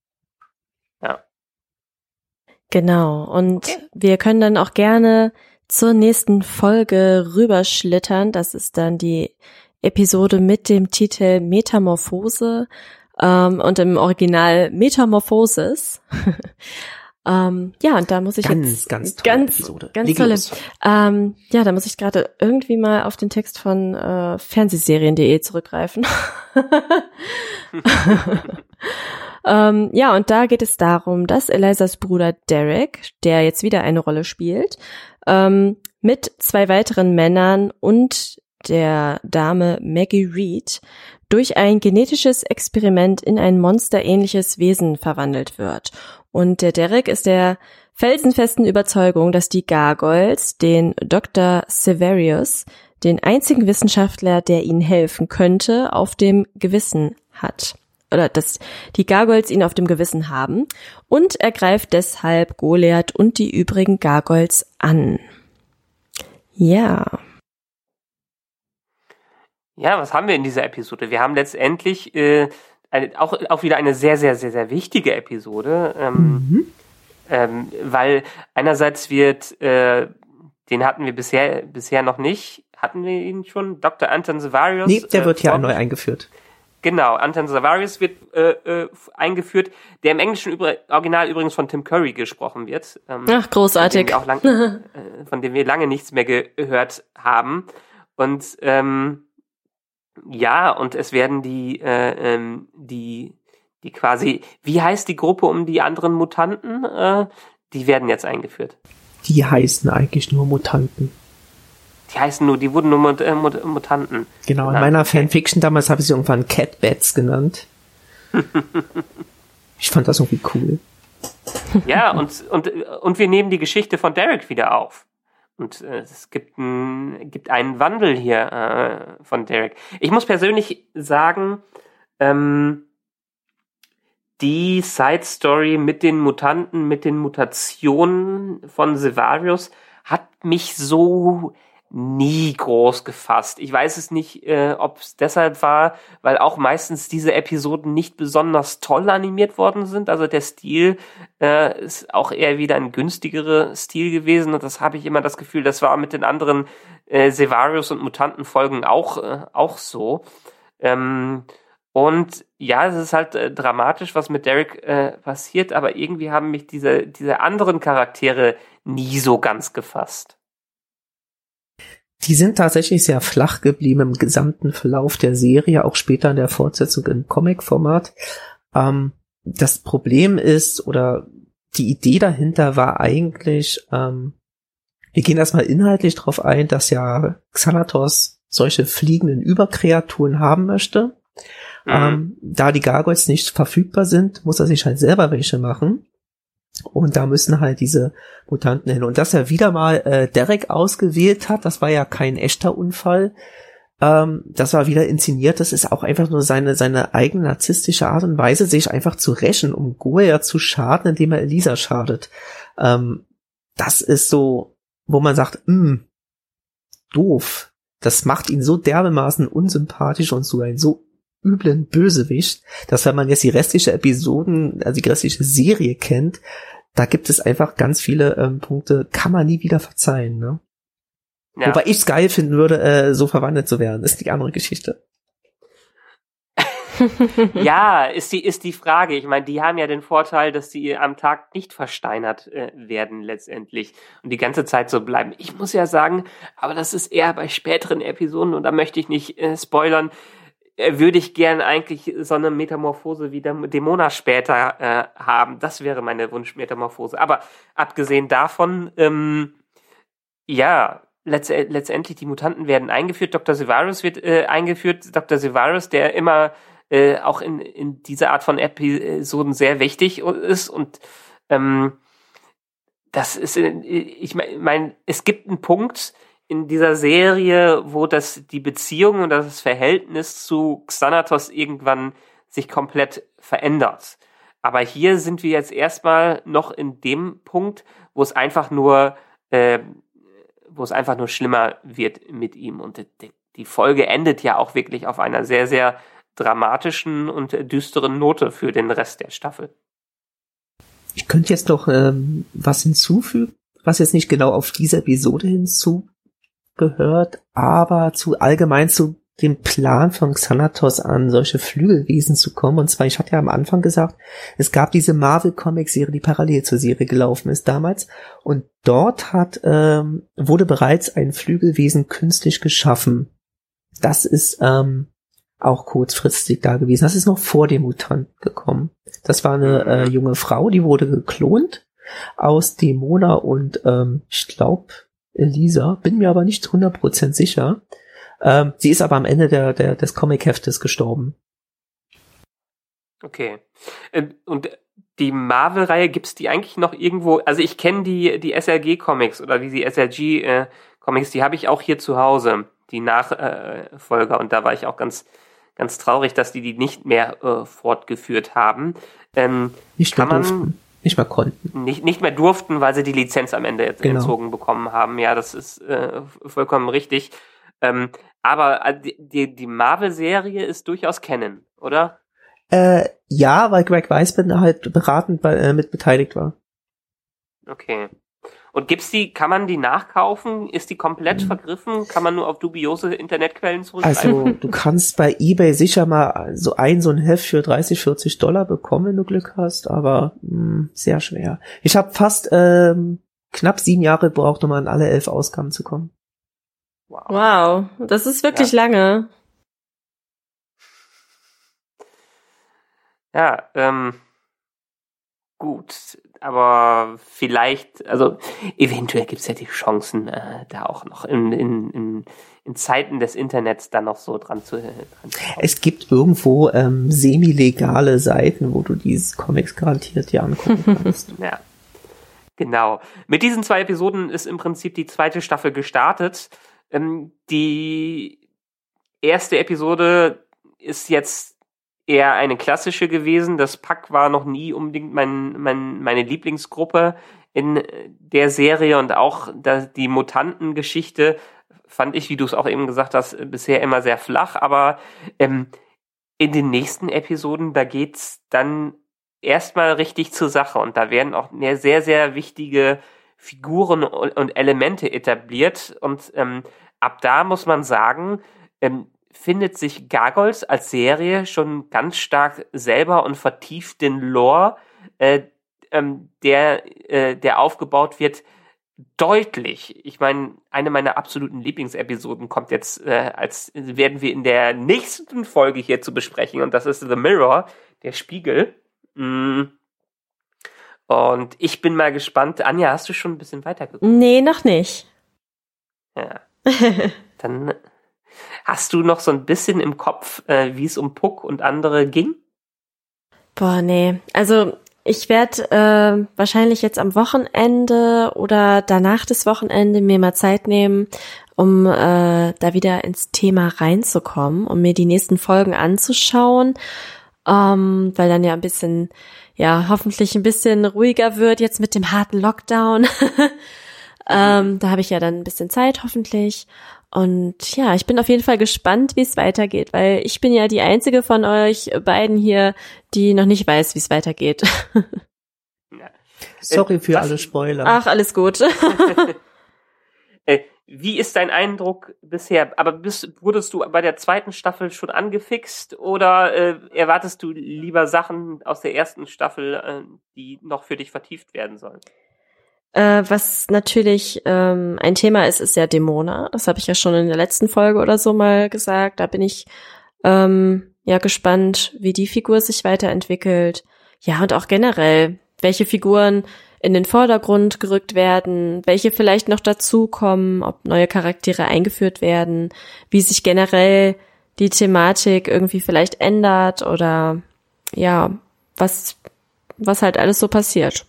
Genau. Und Okay. wir können dann auch gerne zur nächsten Folge rüberschlittern. Das ist dann die Episode mit dem Titel Metamorphose ähm, und im Original Metamorphosis. ähm, ja, und da muss ich Ganz, jetzt ganz tolle ganz, Episode. ganz Leg tolle. los. Ähm, ja, da muss ich gerade irgendwie mal auf den Text von äh, Fernsehserien punkt de zurückgreifen. ähm, ja, und da geht es darum, dass Elizas Bruder Derek, der jetzt wieder eine Rolle spielt, ähm, mit zwei weiteren Männern und der Dame Maggie Reed durch ein genetisches Experiment in ein monsterähnliches Wesen verwandelt wird. Und der Derek ist der felsenfesten Überzeugung, dass die Gargoyles den Doktor Severius, den einzigen Wissenschaftler, der ihnen helfen könnte, auf dem Gewissen hat. Oder dass die Gargoyles ihn auf dem Gewissen haben. Und er greift deshalb Goliath und die übrigen Gargoyles an. Ja. Ja, was haben wir in dieser Episode? Wir haben letztendlich äh, eine, auch, auch wieder eine sehr, sehr, sehr, sehr wichtige Episode, ähm, Mhm. ähm, weil einerseits wird, äh, den hatten wir bisher bisher noch nicht, hatten wir ihn schon, Doktor Anton Severius. Nee, der äh, wird hier vor- neu eingeführt. Genau, Anton Severius wird äh, äh, eingeführt, der im englischen Übr- Original übrigens von Tim Curry gesprochen wird. Ähm, Ach, großartig. Von dem, wir auch lang, äh, von dem wir lange nichts mehr gehört haben. Und ähm, ja, und es werden die, äh, ähm, die, die quasi, wie heißt die Gruppe um die anderen Mutanten? Äh, die werden jetzt eingeführt. Die heißen eigentlich nur Mutanten. Die heißen nur, die wurden nur Mut, äh, Mut, Mutanten. Genau, in genannt. meiner Okay. Fanfiction damals habe ich sie irgendwann Catbats genannt. Ich fand das irgendwie cool. Ja, und, und, und wir nehmen die Geschichte von Derek wieder auf. Und äh, es gibt, ein, gibt einen Wandel hier äh, von Derek. Ich muss persönlich sagen, ähm, die Side-Story mit den Mutanten, mit den Mutationen von Severius hat mich so nie groß gefasst. Ich weiß es nicht, äh, ob es deshalb war, weil auch meistens diese Episoden nicht besonders toll animiert worden sind. Also der Stil äh, ist auch eher wieder ein günstigerer Stil gewesen. Und das habe ich immer das Gefühl, das war mit den anderen äh, Severius- und Mutantenfolgen auch, äh, auch so. Ähm, und ja, es ist halt äh, dramatisch, was mit Derek äh, passiert, aber irgendwie haben mich diese, diese anderen Charaktere nie so ganz gefasst. Die sind tatsächlich sehr flach geblieben im gesamten Verlauf der Serie, auch später in der Fortsetzung im Comic-Format. Ähm, das Problem ist, oder die Idee dahinter war eigentlich, ähm, wir gehen erstmal inhaltlich drauf ein, dass ja Xanatos solche fliegenden Überkreaturen haben möchte. Mhm. Ähm, da die Gargoyles nicht verfügbar sind, muss er sich halt selber welche machen. Und da müssen halt diese Mutanten hin. Und dass er wieder mal äh, Derek ausgewählt hat, das war ja kein echter Unfall. Ähm, das war wieder inszeniert. Das ist auch einfach nur seine seine eigene narzisstische Art und Weise, sich einfach zu rächen, um Goliath zu schaden, indem er Elisa schadet. Ähm, das ist so, wo man sagt, mh, doof. Das macht ihn so dermaßen unsympathisch und so ein so üblen Bösewicht, dass wenn man jetzt die restliche Episoden, also die restliche Serie kennt, da gibt es einfach ganz viele ähm, Punkte, kann man nie wieder verzeihen, ne? Ja. Wobei ich es geil finden würde, äh, so verwandelt zu werden, ist die andere Geschichte. Ja, ist die, ist die Frage. Ich meine, die haben ja den Vorteil, dass die am Tag nicht versteinert äh, werden letztendlich und die ganze Zeit so bleiben. Ich muss ja sagen, aber das ist eher bei späteren Episoden und da möchte ich nicht äh, spoilern, äh, würde ich gern eigentlich so eine Metamorphose wie der Dämona später äh, haben. Das wäre meine Wunschmetamorphose. Aber abgesehen davon, ähm, ja, letzt, letztendlich die Mutanten werden eingeführt. Doktor Severius wird äh, eingeführt. Doktor Severius, der immer äh, auch in, in dieser Art von Episoden sehr wichtig ist. Und ähm, das ist, ich meine, es gibt einen Punkt in dieser Serie, wo das die Beziehung und das Verhältnis zu Xanatos irgendwann sich komplett verändert. Aber hier sind wir jetzt erstmal noch in dem Punkt, wo es einfach nur, äh, wo es einfach nur schlimmer wird mit ihm. Und die, die Folge endet ja auch wirklich auf einer sehr, sehr dramatischen und düsteren Note für den Rest der Staffel. Ich könnte jetzt noch ähm, was hinzufügen, was jetzt nicht genau auf diese Episode hinzugehört, aber zu allgemein zu dem Plan von Xanatos an solche Flügelwesen zu kommen. Und zwar, ich hatte ja am Anfang gesagt, es gab diese Marvel-Comic-Serie, die parallel zur Serie gelaufen ist damals. Und dort hat ähm, wurde bereits ein Flügelwesen künstlich geschaffen. Das ist ähm, auch kurzfristig da gewesen. Das ist noch vor dem Mutant gekommen. Das war eine äh, junge Frau, die wurde geklont aus Demona und ähm, ich glaube Elisa, bin mir aber nicht hundert Prozent sicher. Ähm, sie ist aber am Ende der, der, des Comic-Heftes gestorben. Okay. Und die Marvel-Reihe, gibt's die eigentlich noch irgendwo? Also ich kenne die die S L G-Comics oder wie sie S L G-Comics, die habe ich auch hier zu Hause, die Nachfolger. Und da war ich auch ganz ganz traurig, dass die die nicht mehr äh, fortgeführt haben. Ähm, nicht mehr kann durften. Man nicht mehr konnten. Nicht, nicht mehr durften, weil sie die Lizenz am Ende jetzt genau. entzogen bekommen haben. Ja, das ist äh, vollkommen richtig. Ähm, aber die, die Marvel-Serie ist durchaus Canon, oder? Äh, ja, weil Greg Weisman halt beratend bei, äh, mit beteiligt war. Okay. Und gibt's die, kann man die nachkaufen? Ist die komplett mhm. vergriffen? Kann man nur auf dubiose Internetquellen zurückgreifen? Also, du kannst bei eBay sicher mal so ein, so ein Heft für dreißig, vierzig Dollar bekommen, wenn du Glück hast, aber mh, sehr schwer. Ich habe fast ähm, knapp sieben Jahre gebraucht, um an alle elf Ausgaben zu kommen. Wow, wow, das ist wirklich ja. lange. Ja, ähm, gut, aber vielleicht, also eventuell gibt's ja die Chancen, äh, da auch noch in, in, in, in Zeiten des Internets dann noch so dran zu, dran zu kommen. Es gibt irgendwo ähm, semi-legale Seiten, wo du diese Comics garantiert dir angucken kannst. Ja, genau. Mit diesen zwei Episoden ist im Prinzip die zweite Staffel gestartet. Ähm, die erste Episode ist jetzt eher eine klassische gewesen. Das Pack war noch nie unbedingt mein, mein, meine Lieblingsgruppe in der Serie und auch das, die Mutantengeschichte fand ich, wie du es auch eben gesagt hast, bisher immer sehr flach, aber ähm, in den nächsten Episoden, da geht's dann erstmal richtig zur Sache und da werden auch sehr, sehr wichtige Figuren und Elemente etabliert und ähm, ab da muss man sagen, ähm, findet sich Gargoyles als Serie schon ganz stark selber und vertieft den Lore, äh, ähm, der, äh, der aufgebaut wird, deutlich. Ich meine, eine meiner absoluten Lieblingsepisoden kommt jetzt, äh, als werden wir in der nächsten Folge hier zu besprechen und das ist The Mirror, der Spiegel. Mm. Und ich bin mal gespannt. Anja, hast du schon ein bisschen weitergeguckt? Nee, noch nicht. Ja. Dann hast du noch so ein bisschen im Kopf, äh, wie es um Puck und andere ging? Boah, nee. Also ich werde äh, wahrscheinlich jetzt am Wochenende oder danach das Wochenende mir mal Zeit nehmen, um äh, da wieder ins Thema reinzukommen, um mir die nächsten Folgen anzuschauen, ähm, weil dann ja ein bisschen, ja, hoffentlich ein bisschen ruhiger wird jetzt mit dem harten Lockdown. ähm, da habe ich ja dann ein bisschen Zeit, hoffentlich. Und ja, ich bin auf jeden Fall gespannt, wie es weitergeht, weil ich bin ja die einzige von euch beiden hier, die noch nicht weiß, wie es weitergeht. Sorry für alle Spoiler. Ach, alles gut. Wie ist dein Eindruck bisher? Aber bist, wurdest du bei der zweiten Staffel schon angefixt oder äh, erwartest du lieber Sachen aus der ersten Staffel, äh, die noch für dich vertieft werden sollen? Äh, was natürlich ähm, ein Thema ist, ist ja Demona. Das habe ich ja schon in der letzten Folge oder so mal gesagt. Da bin ich ähm, ja gespannt, wie die Figur sich weiterentwickelt. Ja, und auch generell, welche Figuren in den Vordergrund gerückt werden, welche vielleicht noch dazukommen, ob neue Charaktere eingeführt werden, wie sich generell die Thematik irgendwie vielleicht ändert oder ja, was, was halt alles so passiert.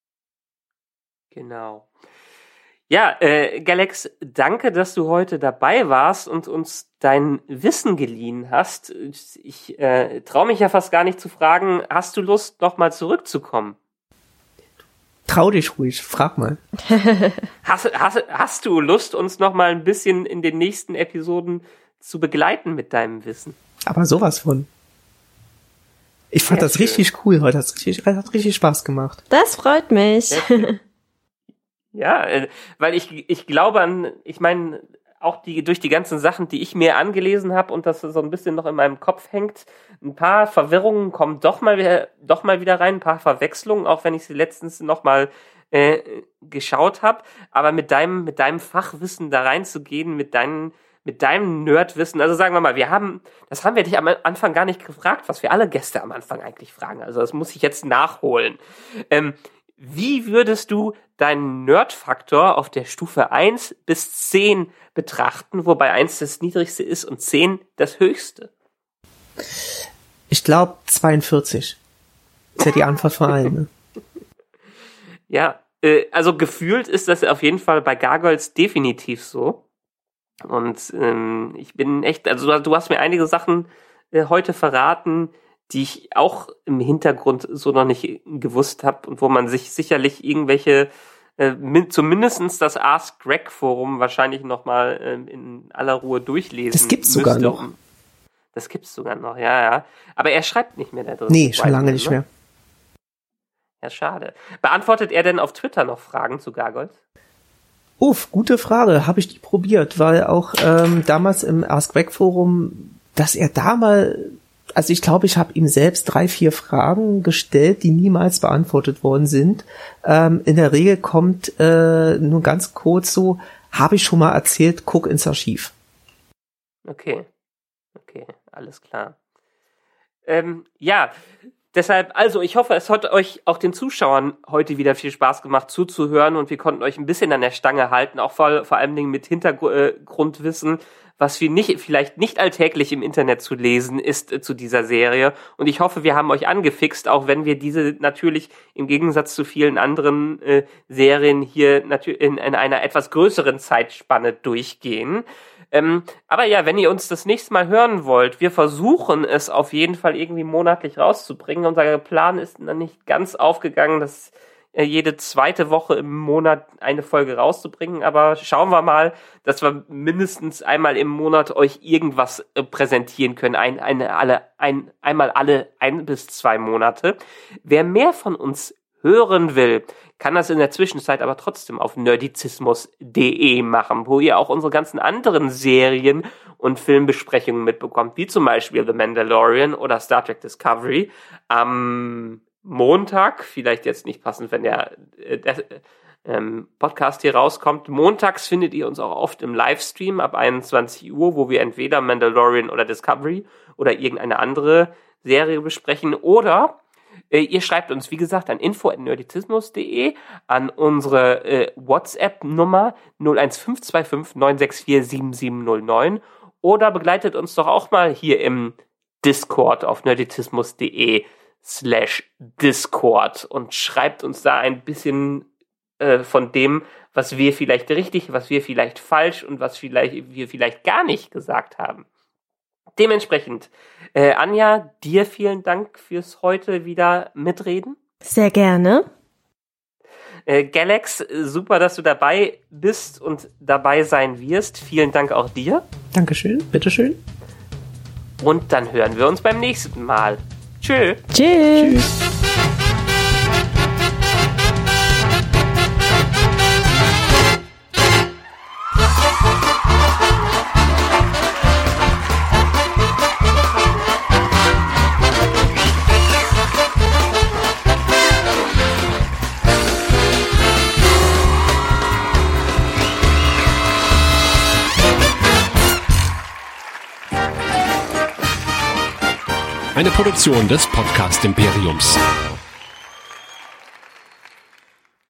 Genau. Ja, äh, Galax, danke, dass du heute dabei warst und uns dein Wissen geliehen hast. Ich äh, traue mich ja fast gar nicht zu fragen, hast du Lust, nochmal zurückzukommen? Trau dich ruhig, frag mal. hast, hast, hast du Lust, uns nochmal ein bisschen in den nächsten Episoden zu begleiten mit deinem Wissen? Aber sowas von. Ich fand Sehr das schön. richtig cool heute, das hat richtig, hat richtig Spaß gemacht. Das freut mich. Ja, äh, weil ich ich glaube an, ich meine, auch die durch die ganzen Sachen, die ich mir angelesen habe und das so ein bisschen noch in meinem Kopf hängt, ein paar Verwirrungen kommen doch mal wieder, doch mal wieder rein, ein paar Verwechslungen, auch wenn ich sie letztens noch mal äh, geschaut habe. Aber mit deinem mit deinem Fachwissen da reinzugehen, mit deinen mit deinem Nerdwissen, also sagen wir mal, wir haben, das haben wir dich am Anfang gar nicht gefragt, was wir alle Gäste am Anfang eigentlich fragen. Also das muss ich jetzt nachholen. Ähm, Wie würdest du deinen Nerd-Faktor auf der Stufe eins bis zehn betrachten, wobei eins das niedrigste ist und zehn das höchste? Ich glaube zweiundvierzig. Ist ja die Antwort von allen. Ne? Ja, äh, also gefühlt ist das auf jeden Fall bei Gargoyles definitiv so. Und ähm, ich bin echt, also du, du hast mir einige Sachen äh, heute verraten, die ich auch im Hintergrund so noch nicht gewusst habe und wo man sich sicherlich irgendwelche, äh, min- zumindestens das Ask Greg Forum wahrscheinlich nochmal äh, in aller Ruhe durchlesen Das gibt's müsste. sogar noch. Das gibt's sogar noch, ja, ja. Aber er schreibt nicht mehr da drin. Nee, schon lange nicht mehr. Ja, schade. Beantwortet er denn auf Twitter noch Fragen zu Gargoyles? Uff, gute Frage. Habe ich die probiert, weil auch ähm, damals im Ask Greg Forum, dass er da mal, also ich glaube, ich habe ihm selbst drei, vier Fragen gestellt, die niemals beantwortet worden sind. Ähm, in der Regel kommt äh, nur ganz kurz so, habe ich schon mal erzählt, guck ins Archiv. Okay, okay, alles klar. Ähm, ja, deshalb, also ich hoffe, es hat euch auch den Zuschauern heute wieder viel Spaß gemacht zuzuhören und wir konnten euch ein bisschen an der Stange halten, auch vor, vor allem mit Hintergrundwissen, was wir nicht, vielleicht nicht alltäglich im Internet zu lesen ist äh, zu dieser Serie. Und ich hoffe, wir haben euch angefixt, auch wenn wir diese natürlich im Gegensatz zu vielen anderen äh, Serien hier natürlich in, in einer etwas größeren Zeitspanne durchgehen. Ähm, aber ja, wenn ihr uns das nächste Mal hören wollt, wir versuchen es auf jeden Fall irgendwie monatlich rauszubringen. Unser Plan ist noch nicht ganz aufgegangen, dass äh, jede zweite Woche im Monat eine Folge rauszubringen, aber schauen wir mal, dass wir mindestens einmal im Monat euch irgendwas äh, präsentieren können, ein, eine, alle, ein, einmal alle ein bis zwei Monate. Wer mehr von uns hören will, kann das in der Zwischenzeit aber trotzdem auf nerdizismus punkt de machen, wo ihr auch unsere ganzen anderen Serien und Filmbesprechungen mitbekommt, wie zum Beispiel The Mandalorian oder Star Trek Discovery. Am Montag, vielleicht jetzt nicht passend, wenn der, äh, der ähm, Podcast hier rauskommt, montags findet ihr uns auch oft im Livestream ab einundzwanzig Uhr, wo wir entweder Mandalorian oder Discovery oder irgendeine andere Serie besprechen oder ihr schreibt uns, wie gesagt, an info at nerdizismus punkt de, an unsere äh, WhatsApp-Nummer null eins fünf zwei fünf neun sechs vier sieben sieben null neun oder begleitet uns doch auch mal hier im Discord auf nerdizismus punkt de slash Discord und schreibt uns da ein bisschen äh, von dem, was wir vielleicht richtig, was wir vielleicht falsch und was vielleicht wir vielleicht gar nicht gesagt haben. Dementsprechend, äh, Anja, dir vielen Dank fürs heute wieder mitreden. Sehr gerne. Äh, Galax, super, dass du dabei bist und dabei sein wirst. Vielen Dank auch dir. Dankeschön, bitteschön. Und dann hören wir uns beim nächsten Mal. Tschö. Tschüss. Tschüss. Eine Produktion des Podcast Imperiums.